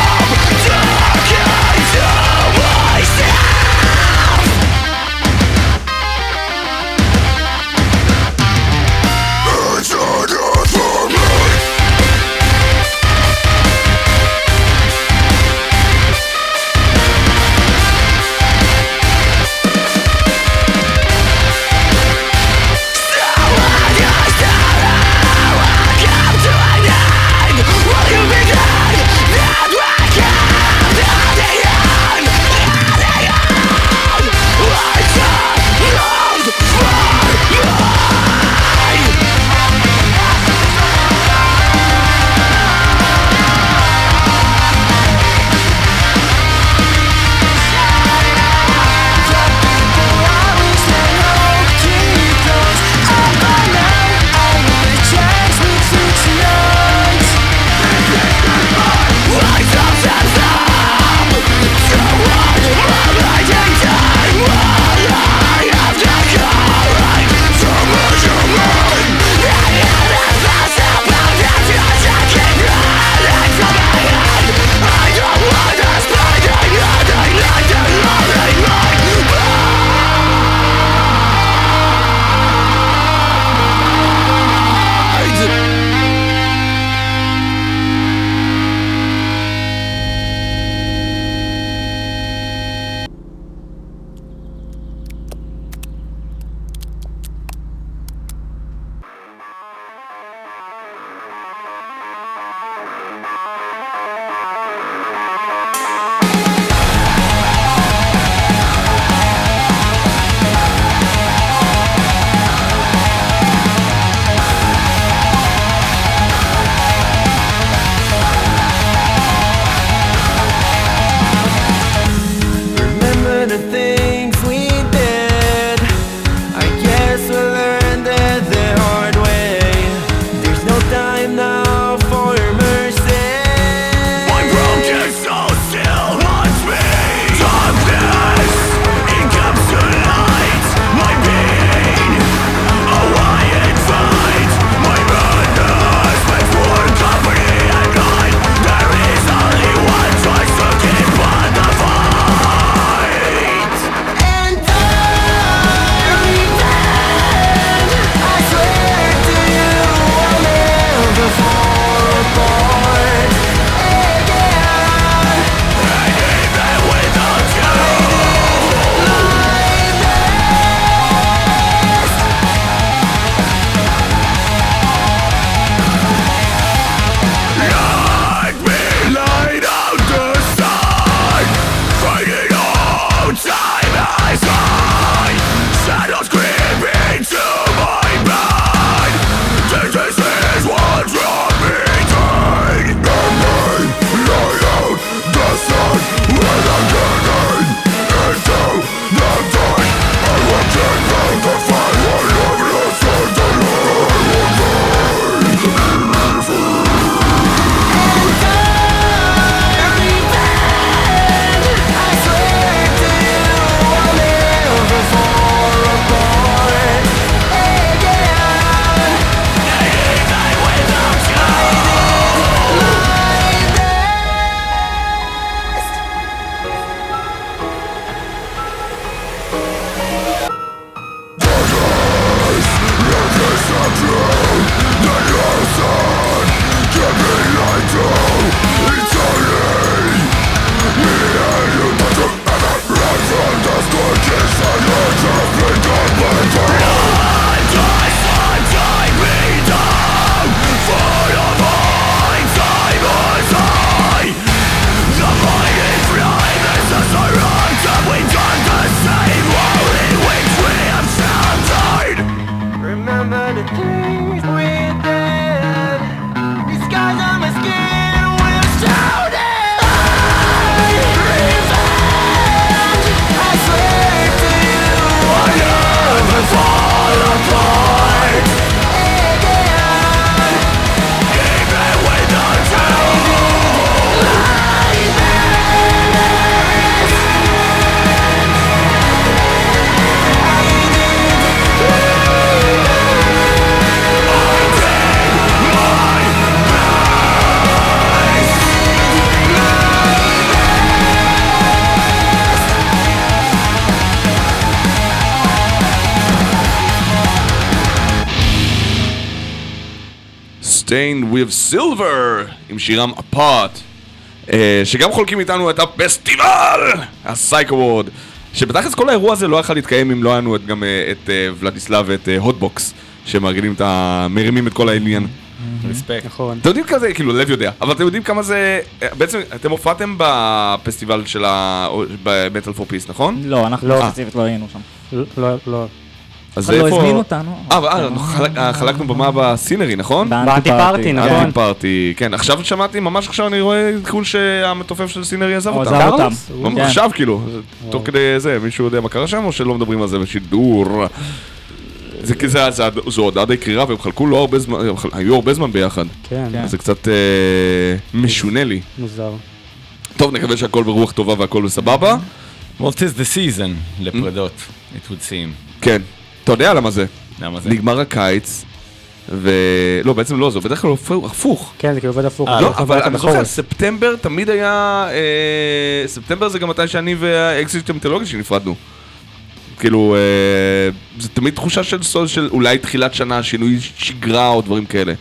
Stained with Silver עם שירם Apart, שגם חולקים איתנו את הפסטיבל, הסייק אוורד, שבתכלס כל האירוע הזה לא יכול להתקיים אם לא היה לנו גם את ולדיסלב ואת הוטבוקס שמארגנים מרימים את כל העניין. רספקט. נכון. אתם יודעים כזה, כאילו לב יודע, אבל אתם יודעים כמה זה, בעצם אתם הופעתם בפסטיבל של ב-Metal for Peace, נכון? לא, אנחנו לא. ספציפית לא היינו שם. לא. אז לא הזמינו אותנו. חלקנו במה בסינרי, נכון? באנטי פארטי, נכון. אנטי פארטי, כן, עכשיו שמעתי, ממש עכשיו אני רואה עדכון שהמתופף של סינרי עזב הוא אותם. עזב אותם. קרלוס? כן. עכשיו כאילו, תוך כדי זה, מישהו יודע מה קרה שם או שלא מדברים על זה בשידור? זה כזה, זו הודעה די קרירה והם חלקו לא הרבה זמן, היו הרבה זמן ביחד. כן, אז זה קצת משונה לי. מוזר. טוב, נקווה שהכל ברוח טובה והכל בסבבה. Well, it is the season לפרדות, it would seem. כן, אתה יודע למה זה? למה זה? נגמר הקיץ, לא, בעצם לא, זה בדרך כלל הפוך. כן, זה כאילו עובד הפוך. לא, אנחנו אבל בעצם אני זוכר, בחורף. ספטמבר תמיד היה, ספטמבר זה גם מתי שאני והאקזיט המיתולוגי שנפרדנו. כאילו, זה תמיד תחושה של אולי תחילת שנה, שינוי שגרה או דברים כאלה.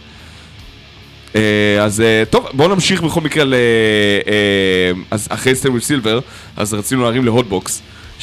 אז טוב, בואו נמשיך בכל מקרה אז אחרי סטיין וויל סילבר, אז רצינו להרים להוטבוקס,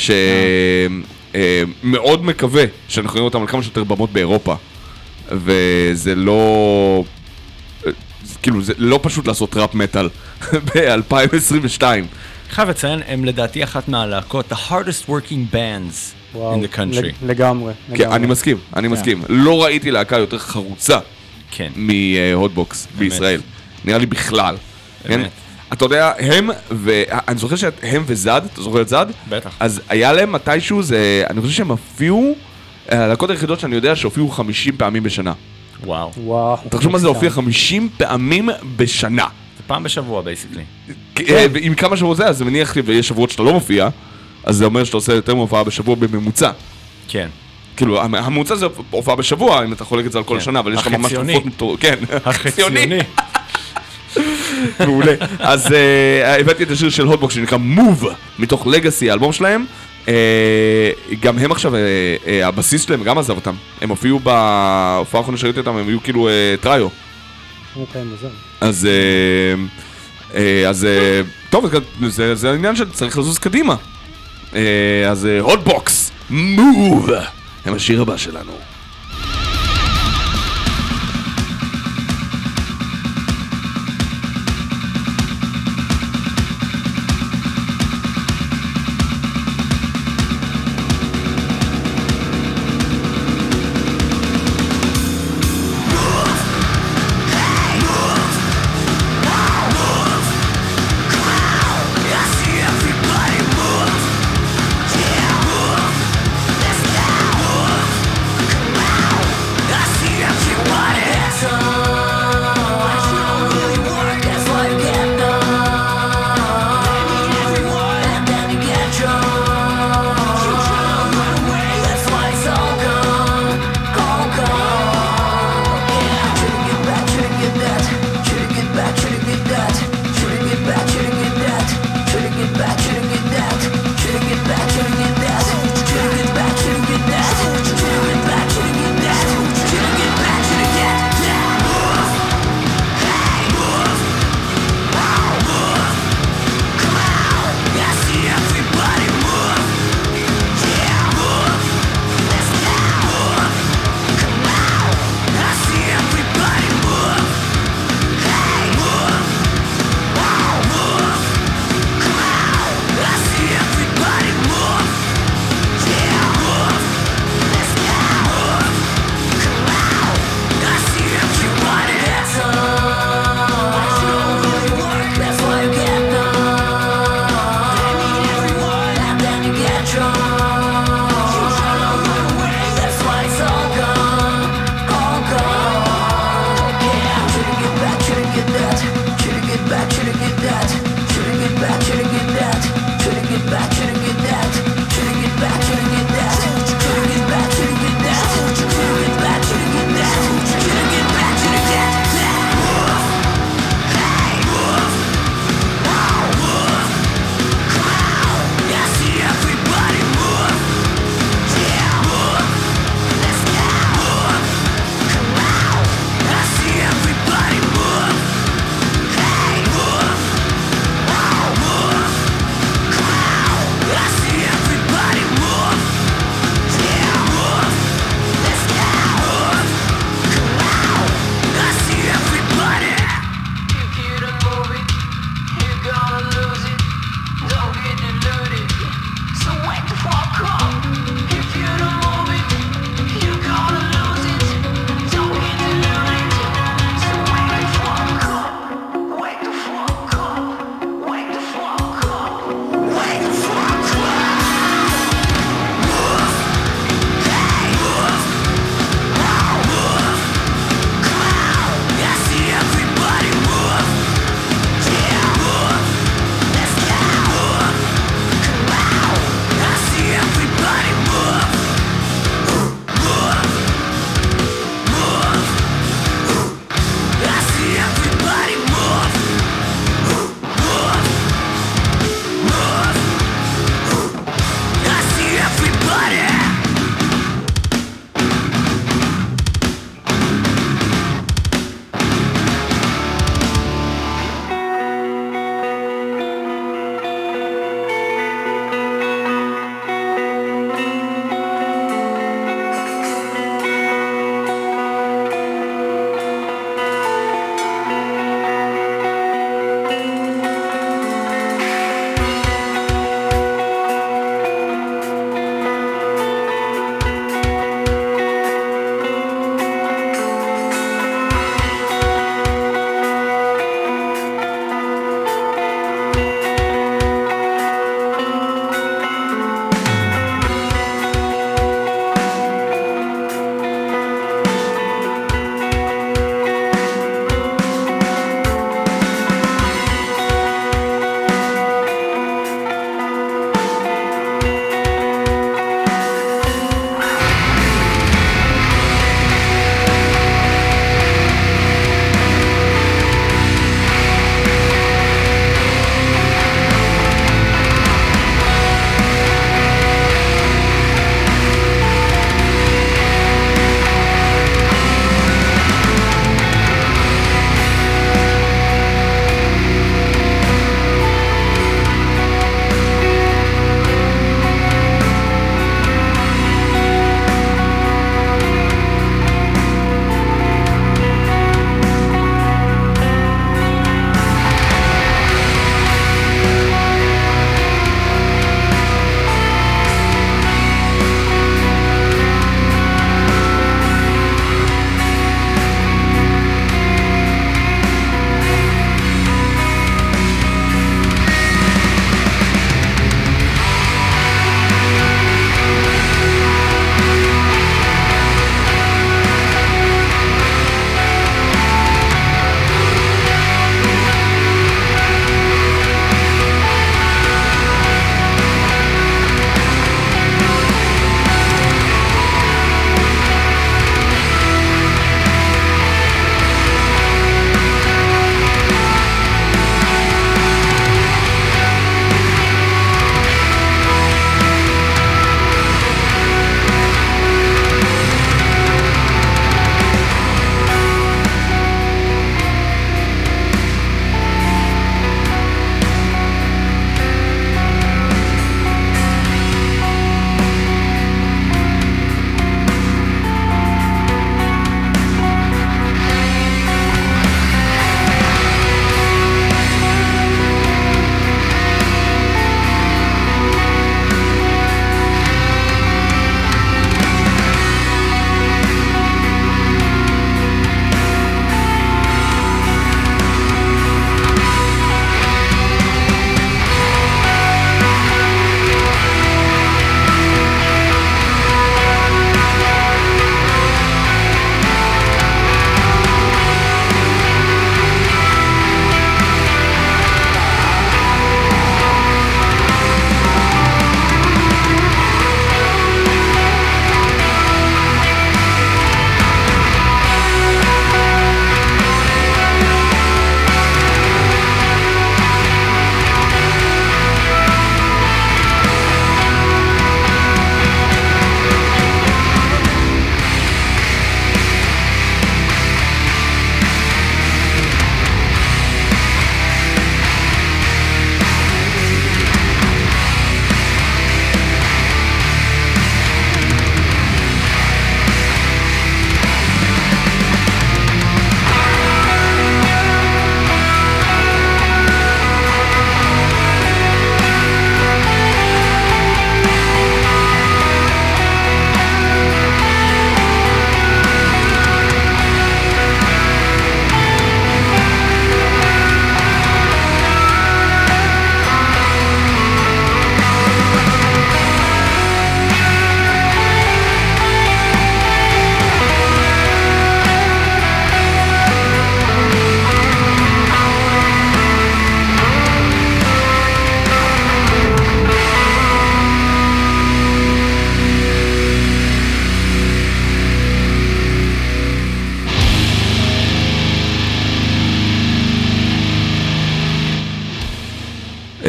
שמאוד מקווה שאנחנו רואים אותם על כמה שיותר במות באירופה, וזה לא, כאילו זה לא פשוט לעשות ראפ מטל ב-2022. חייב לציין, הם לדעתי אחת מהלהקות, the hardest working bands וואו, in the country. לגמרי. כן, אני מסכים, לא ראיתי להקה יותר חרוצה כן. מהוטבוקס בישראל, נראה לי בכלל. באמת. אתה יודע, אני זוכר שהם וזד, אתה זוכר את זד? בטח. אז היה להם מתישהו, אני חושב שהם הופיעו, הלהקות היחידות שאני יודע שהופיעו 50 פעמים בשנה. וואו. וואו. תחשוב מה זה הופיע 50 פעמים בשנה. זה פעם בשבוע, בייסיקלי. עם כמה שבועות זה, אז זה מניח לי, ויש שבועות שאתה לא מופיע, אז זה אומר שאתה עושה יותר מהופעה בשבוע בממוצע. כן. כאילו, הממוצע זה הופעה בשבוע, אם אתה חולק את זה על כל שנה, אבל יש לך ממש החציוני. תקופות כן, החציוני. מעולה. אז הבאתי את השיר של הוטבוקס שנקרא Move, מתוך לגאסי, האלבום שלהם. גם הם עכשיו, הבסיס שלהם גם עזב אותם. הם הופיעו בהופעה האחרונה שראיתי אותם, הם היו כאילו טריו. אוקיי, מוזר. אז טוב, זה העניין שצריך לזוז קדימה. אז הוטבוקס, Move, הם השיר הבא שלנו. Everybody move, yeah, move, let's go,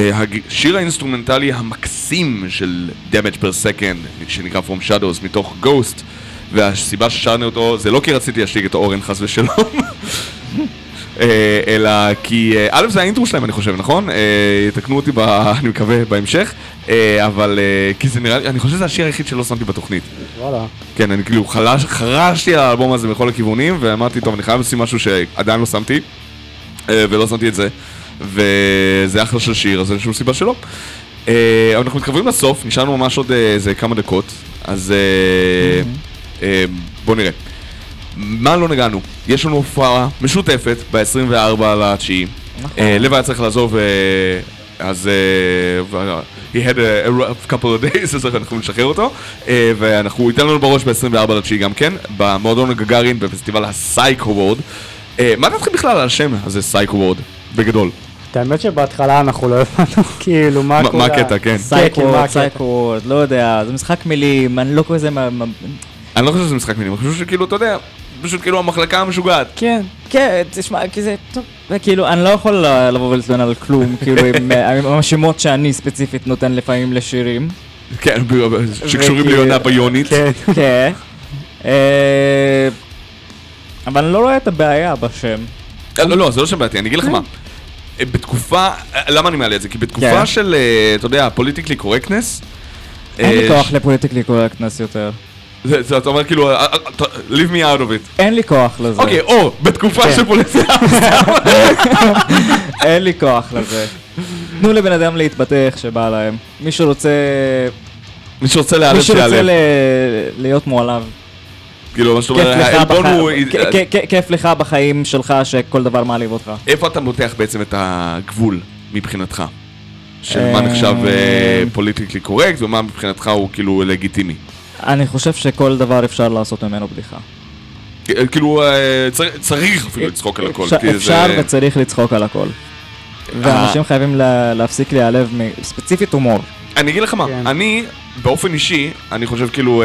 השיר האינסטרומנטלי המקסים של Damage Per Second, שנקרא From Shadows, מתוך Ghost, והסיבה ששרנו אותו, זה לא כי רציתי להשתיק את אורן חס ושלום, אלא כי, א' זה האינטרו שלהם אני חושב, נכון? יתקנו אותי, אני מקווה, בהמשך, אבל כי זה נראה לי, אני חושב שזה השיר היחיד שלא שמתי בתוכנית. וואלה. כן, אני כאילו חרשתי על האלבום הזה בכל הכיוונים, ואמרתי, טוב, אני חייב לשים משהו שעדיין לא שמתי, ולא שמתי את זה, וזה אחלה של שיר, אז אין שום סיבה שלא. אבל אנחנו מתקרבים לסוף, נשארנו ממש עוד איזה כמה דקות, אז בואו נראה. מה לא נגענו? יש לנו הופעה משותפת ב-24 לתשיעי. לב היה צריך לעזוב, אז he had a couple of days, אז אנחנו נשחרר אותו, ואנחנו ייתן לנו בראש ב-24 לתשיעי גם כן, במועדון הגגארין, בפסטיבל הסייקו וורד. מה דעתכם בכלל על השם הזה, סייקו וורד, בגדול? האמת שבהתחלה אנחנו לא הבנו כאילו מה קורה. מה הקטע, כן? סייקו, לא יודע, זה משחק מילים, אני לא כזה אני לא חושב שזה משחק מילים, אני חושב שכאילו, אתה יודע, פשוט כאילו המחלקה המשוגעת. כן, כן, תשמע, כי זה, טוב, כאילו, אני לא יכול לבוא ולטעון על כלום, כאילו, עם השמות שאני ספציפית נותן לפעמים לשירים. כן, שקשורים ליונה ביונית. כן. אבל אני לא רואה את הבעיה בשם. לא, זה לא שם בעייתי, אני אגיד לך מה. בתקופה, למה אני מעלה את זה? כי בתקופה של, אתה יודע, פוליטיקלי קורקטנס. אין לי כוח לפוליטיקלי קורקטנס יותר. אתה אומר כאילו, leave me out of it. אין לי כוח לזה. אוקיי, או, בתקופה של פוליטיקלי. אין לי כוח לזה. תנו לבן אדם להתבטא איך שבא להם. מי שרוצה להיעלב שיעלב. להיות מועלב. כאילו, מה שאתה אומר, העלבון הוא... כיף לך בחיים שלך שכל דבר מעליב אותך. איפה אתה מותח בעצם את הגבול מבחינתך? של מה נחשב פוליטיקלי קורקט ומה מבחינתך הוא כאילו לגיטימי? אני חושב שכל דבר אפשר לעשות ממנו בדיחה. כאילו, צריך אפילו לצחוק על הכל. אפשר וצריך לצחוק על הכל. ואנשים חייבים להפסיק להיעלב ספציפית הומור. אני אגיד לך מה, אני באופן אישי, אני חושב כאילו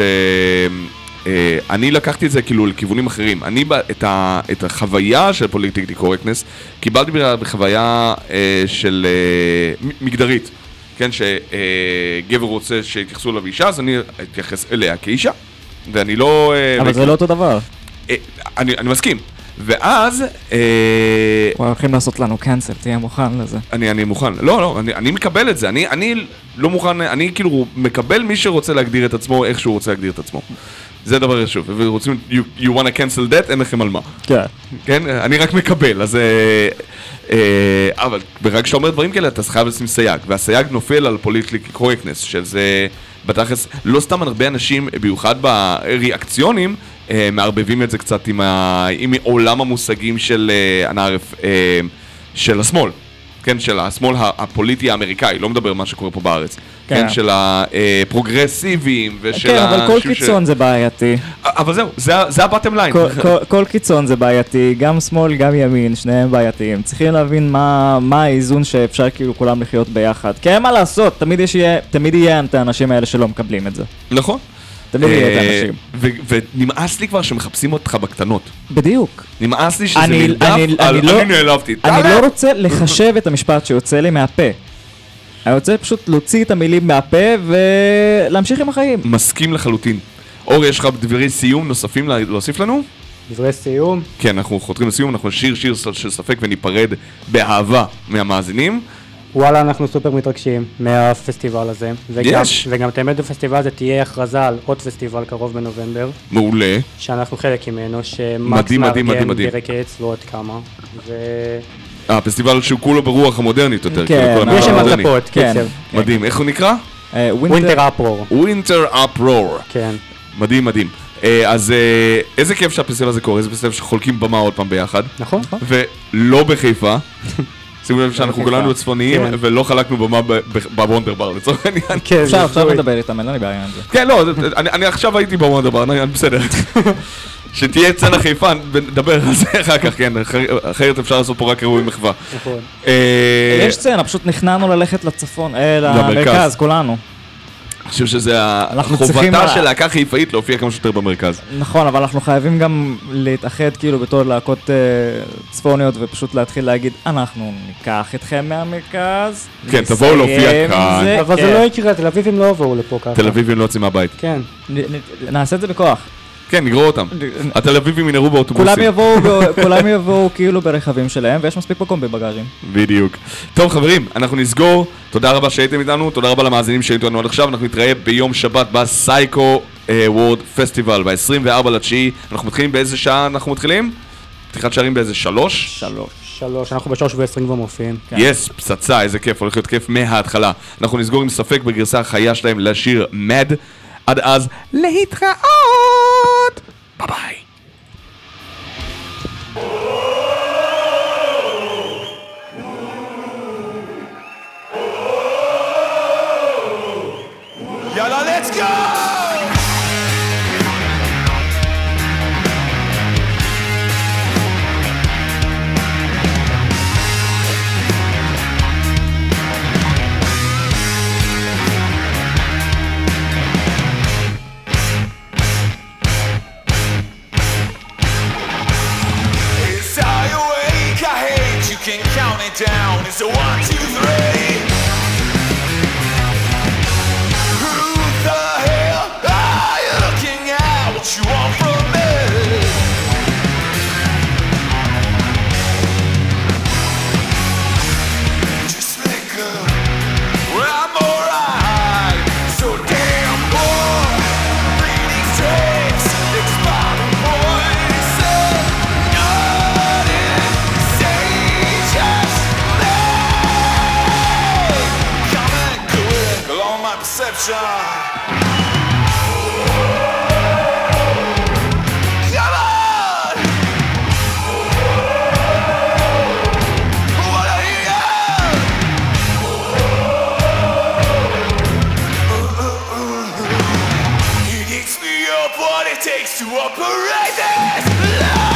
אני לקחתי את זה כאילו לכיוונים אחרים. אני את החוויה של פוליטיקלי קורקטנס קיבלתי בחוויה של מגדרית. כן, שגבר רוצה שיתייחסו אליו אישה, אז אני אתייחס אליה כאישה. ואני לא... אבל זה לא אותו דבר. אני מסכים. ואז... הולכים לעשות לנו קאנסל, תהיה מוכן לזה. אני מוכן. לא, אני מקבל את זה. אני לא מוכן, אני כאילו מקבל מי שרוצה להגדיר את עצמו, איך שהוא רוצה להגדיר את עצמו. זה דבר חשוב. ורוצים, you want to cancel that, אין לכם על מה. כן. כן? אני רק מקבל, אז... אבל ברגע שאתה אומר דברים כאלה, אתה חייב לשים סייג. והסייג נופל על פוליטיקלי קורקטנס, שזה... בתכלס, לא סתם הרבה אנשים, במיוחד בריאקציונים, מערבבים את זה קצת עם עולם המושגים של הנערף, של השמאל, כן, של השמאל הפוליטי האמריקאי, לא מדבר מה שקורה פה בארץ, כן, של הפרוגרסיביים ושל... כן, אבל כל קיצון זה בעייתי. אבל זהו, זה הבטם ליין. כל קיצון זה בעייתי, גם שמאל, גם ימין, שניהם בעייתיים. צריכים להבין מה האיזון שאפשר כאילו כולם לחיות ביחד. כי אין מה לעשות, תמיד יהיה את האנשים האלה שלא מקבלים את זה. נכון. תמיד יהיה את האנשים. ונמאס לי כבר שמחפשים אותך בקטנות. בדיוק. נמאס לי שזה נרדף על... אני נעלבתי. אני לא רוצה לחשב את המשפט שיוצא לי מהפה. אני רוצה פשוט להוציא את המילים מהפה ולהמשיך עם החיים. מסכים לחלוטין. אור, יש לך דברי סיום נוספים להוסיף לנו? דברי סיום? כן, אנחנו חותרים לסיום, אנחנו שיר של ספק וניפרד באהבה מהמאזינים. וואלה, אנחנו סופר מתרגשים מהפסטיבל הזה. וגם תאמת בפסטיבל הזה תהיה הכרזה על עוד פסטיבל קרוב בנובמבר. מעולה. שאנחנו חלק ממנו, שמקס מארגן, דירקץ ועוד כמה. הפסטיבל שהוא כולו ברוח המודרנית יותר. כן, יש שם הדלפות, קצב. מדהים, איך הוא נקרא? ווינטר אפרור. ווינטר אפרור. כן. מדהים, מדהים. אז איזה כיף שהפסטיבל הזה קורה, איזה פסטיבל שחולקים במה עוד פעם ביחד. נכון. ולא בחיפה. שימו לב שאנחנו כולנו צפוניים, ולא חלקנו במה בוונדר בר, לצורך העניין. כן, אפשר לדבר איתם, אין לי בעיה עם זה. כן, לא, אני עכשיו הייתי בוונדר בר, בסדר. שתהיה צנה חיפה, נדבר על זה אחר כך, כן, אחרת אפשר לעשות פה רק אירועי מחווה. יש צנה, פשוט נכנענו ללכת לצפון, למרכז, כולנו. אני חושב שזה אנחנו צריכים- חובתה של להקה חיפאית להופיע כמה שיותר במרכז. נכון, אבל אנחנו חייבים גם להתאחד כאילו בתור להקות צפוניות ופשוט להתחיל להגיד, אנחנו ניקח אתכם מהמרכז. כן, תבואו להופיע נסיים כאן. זה, אבל כן. זה לא יקרה, תל אביבים לא יבואו לפה ככה. תל אביבים לא יוצאים מהבית. כן. נעשה את זה בכוח. כן, נגרור אותם. התל אביבים ינהרו באוטובוסים. כולם יבואו כאילו ברכבים שלהם, ויש מספיק מקום בבגאז'ים. בדיוק. טוב חברים, אנחנו נסגור. תודה רבה שהייתם איתנו, תודה רבה למאזינים שהייתם איתנו עד עכשיו. אנחנו נתראה ביום שבת בסייקו וורד פסטיבל, ב-24/9. אנחנו מתחילים באיזה שעה אנחנו מתחילים? פתיחת שערים באיזה 3? 3, אנחנו ב3:20 כבר מופיעים. יס, פצצה, איזה כיף, הולך להיות כיף מההתחלה. אנחנו נסגור עם ספק בגרסה החיה שלהם לשיר מד. עד אז, להתראות! ביי ביי. Yalla, let's go! It's all you wake, I hate you can count it down. It's a 1, 2, 3. Who the hell are you looking at? What you want from me? Just let go. Well, I'm alright. So damn boy, bleeding straight, expiring poison. Nothing, say just come and go along my perception. Come on! What are you? It takes me up what it takes to operate this life.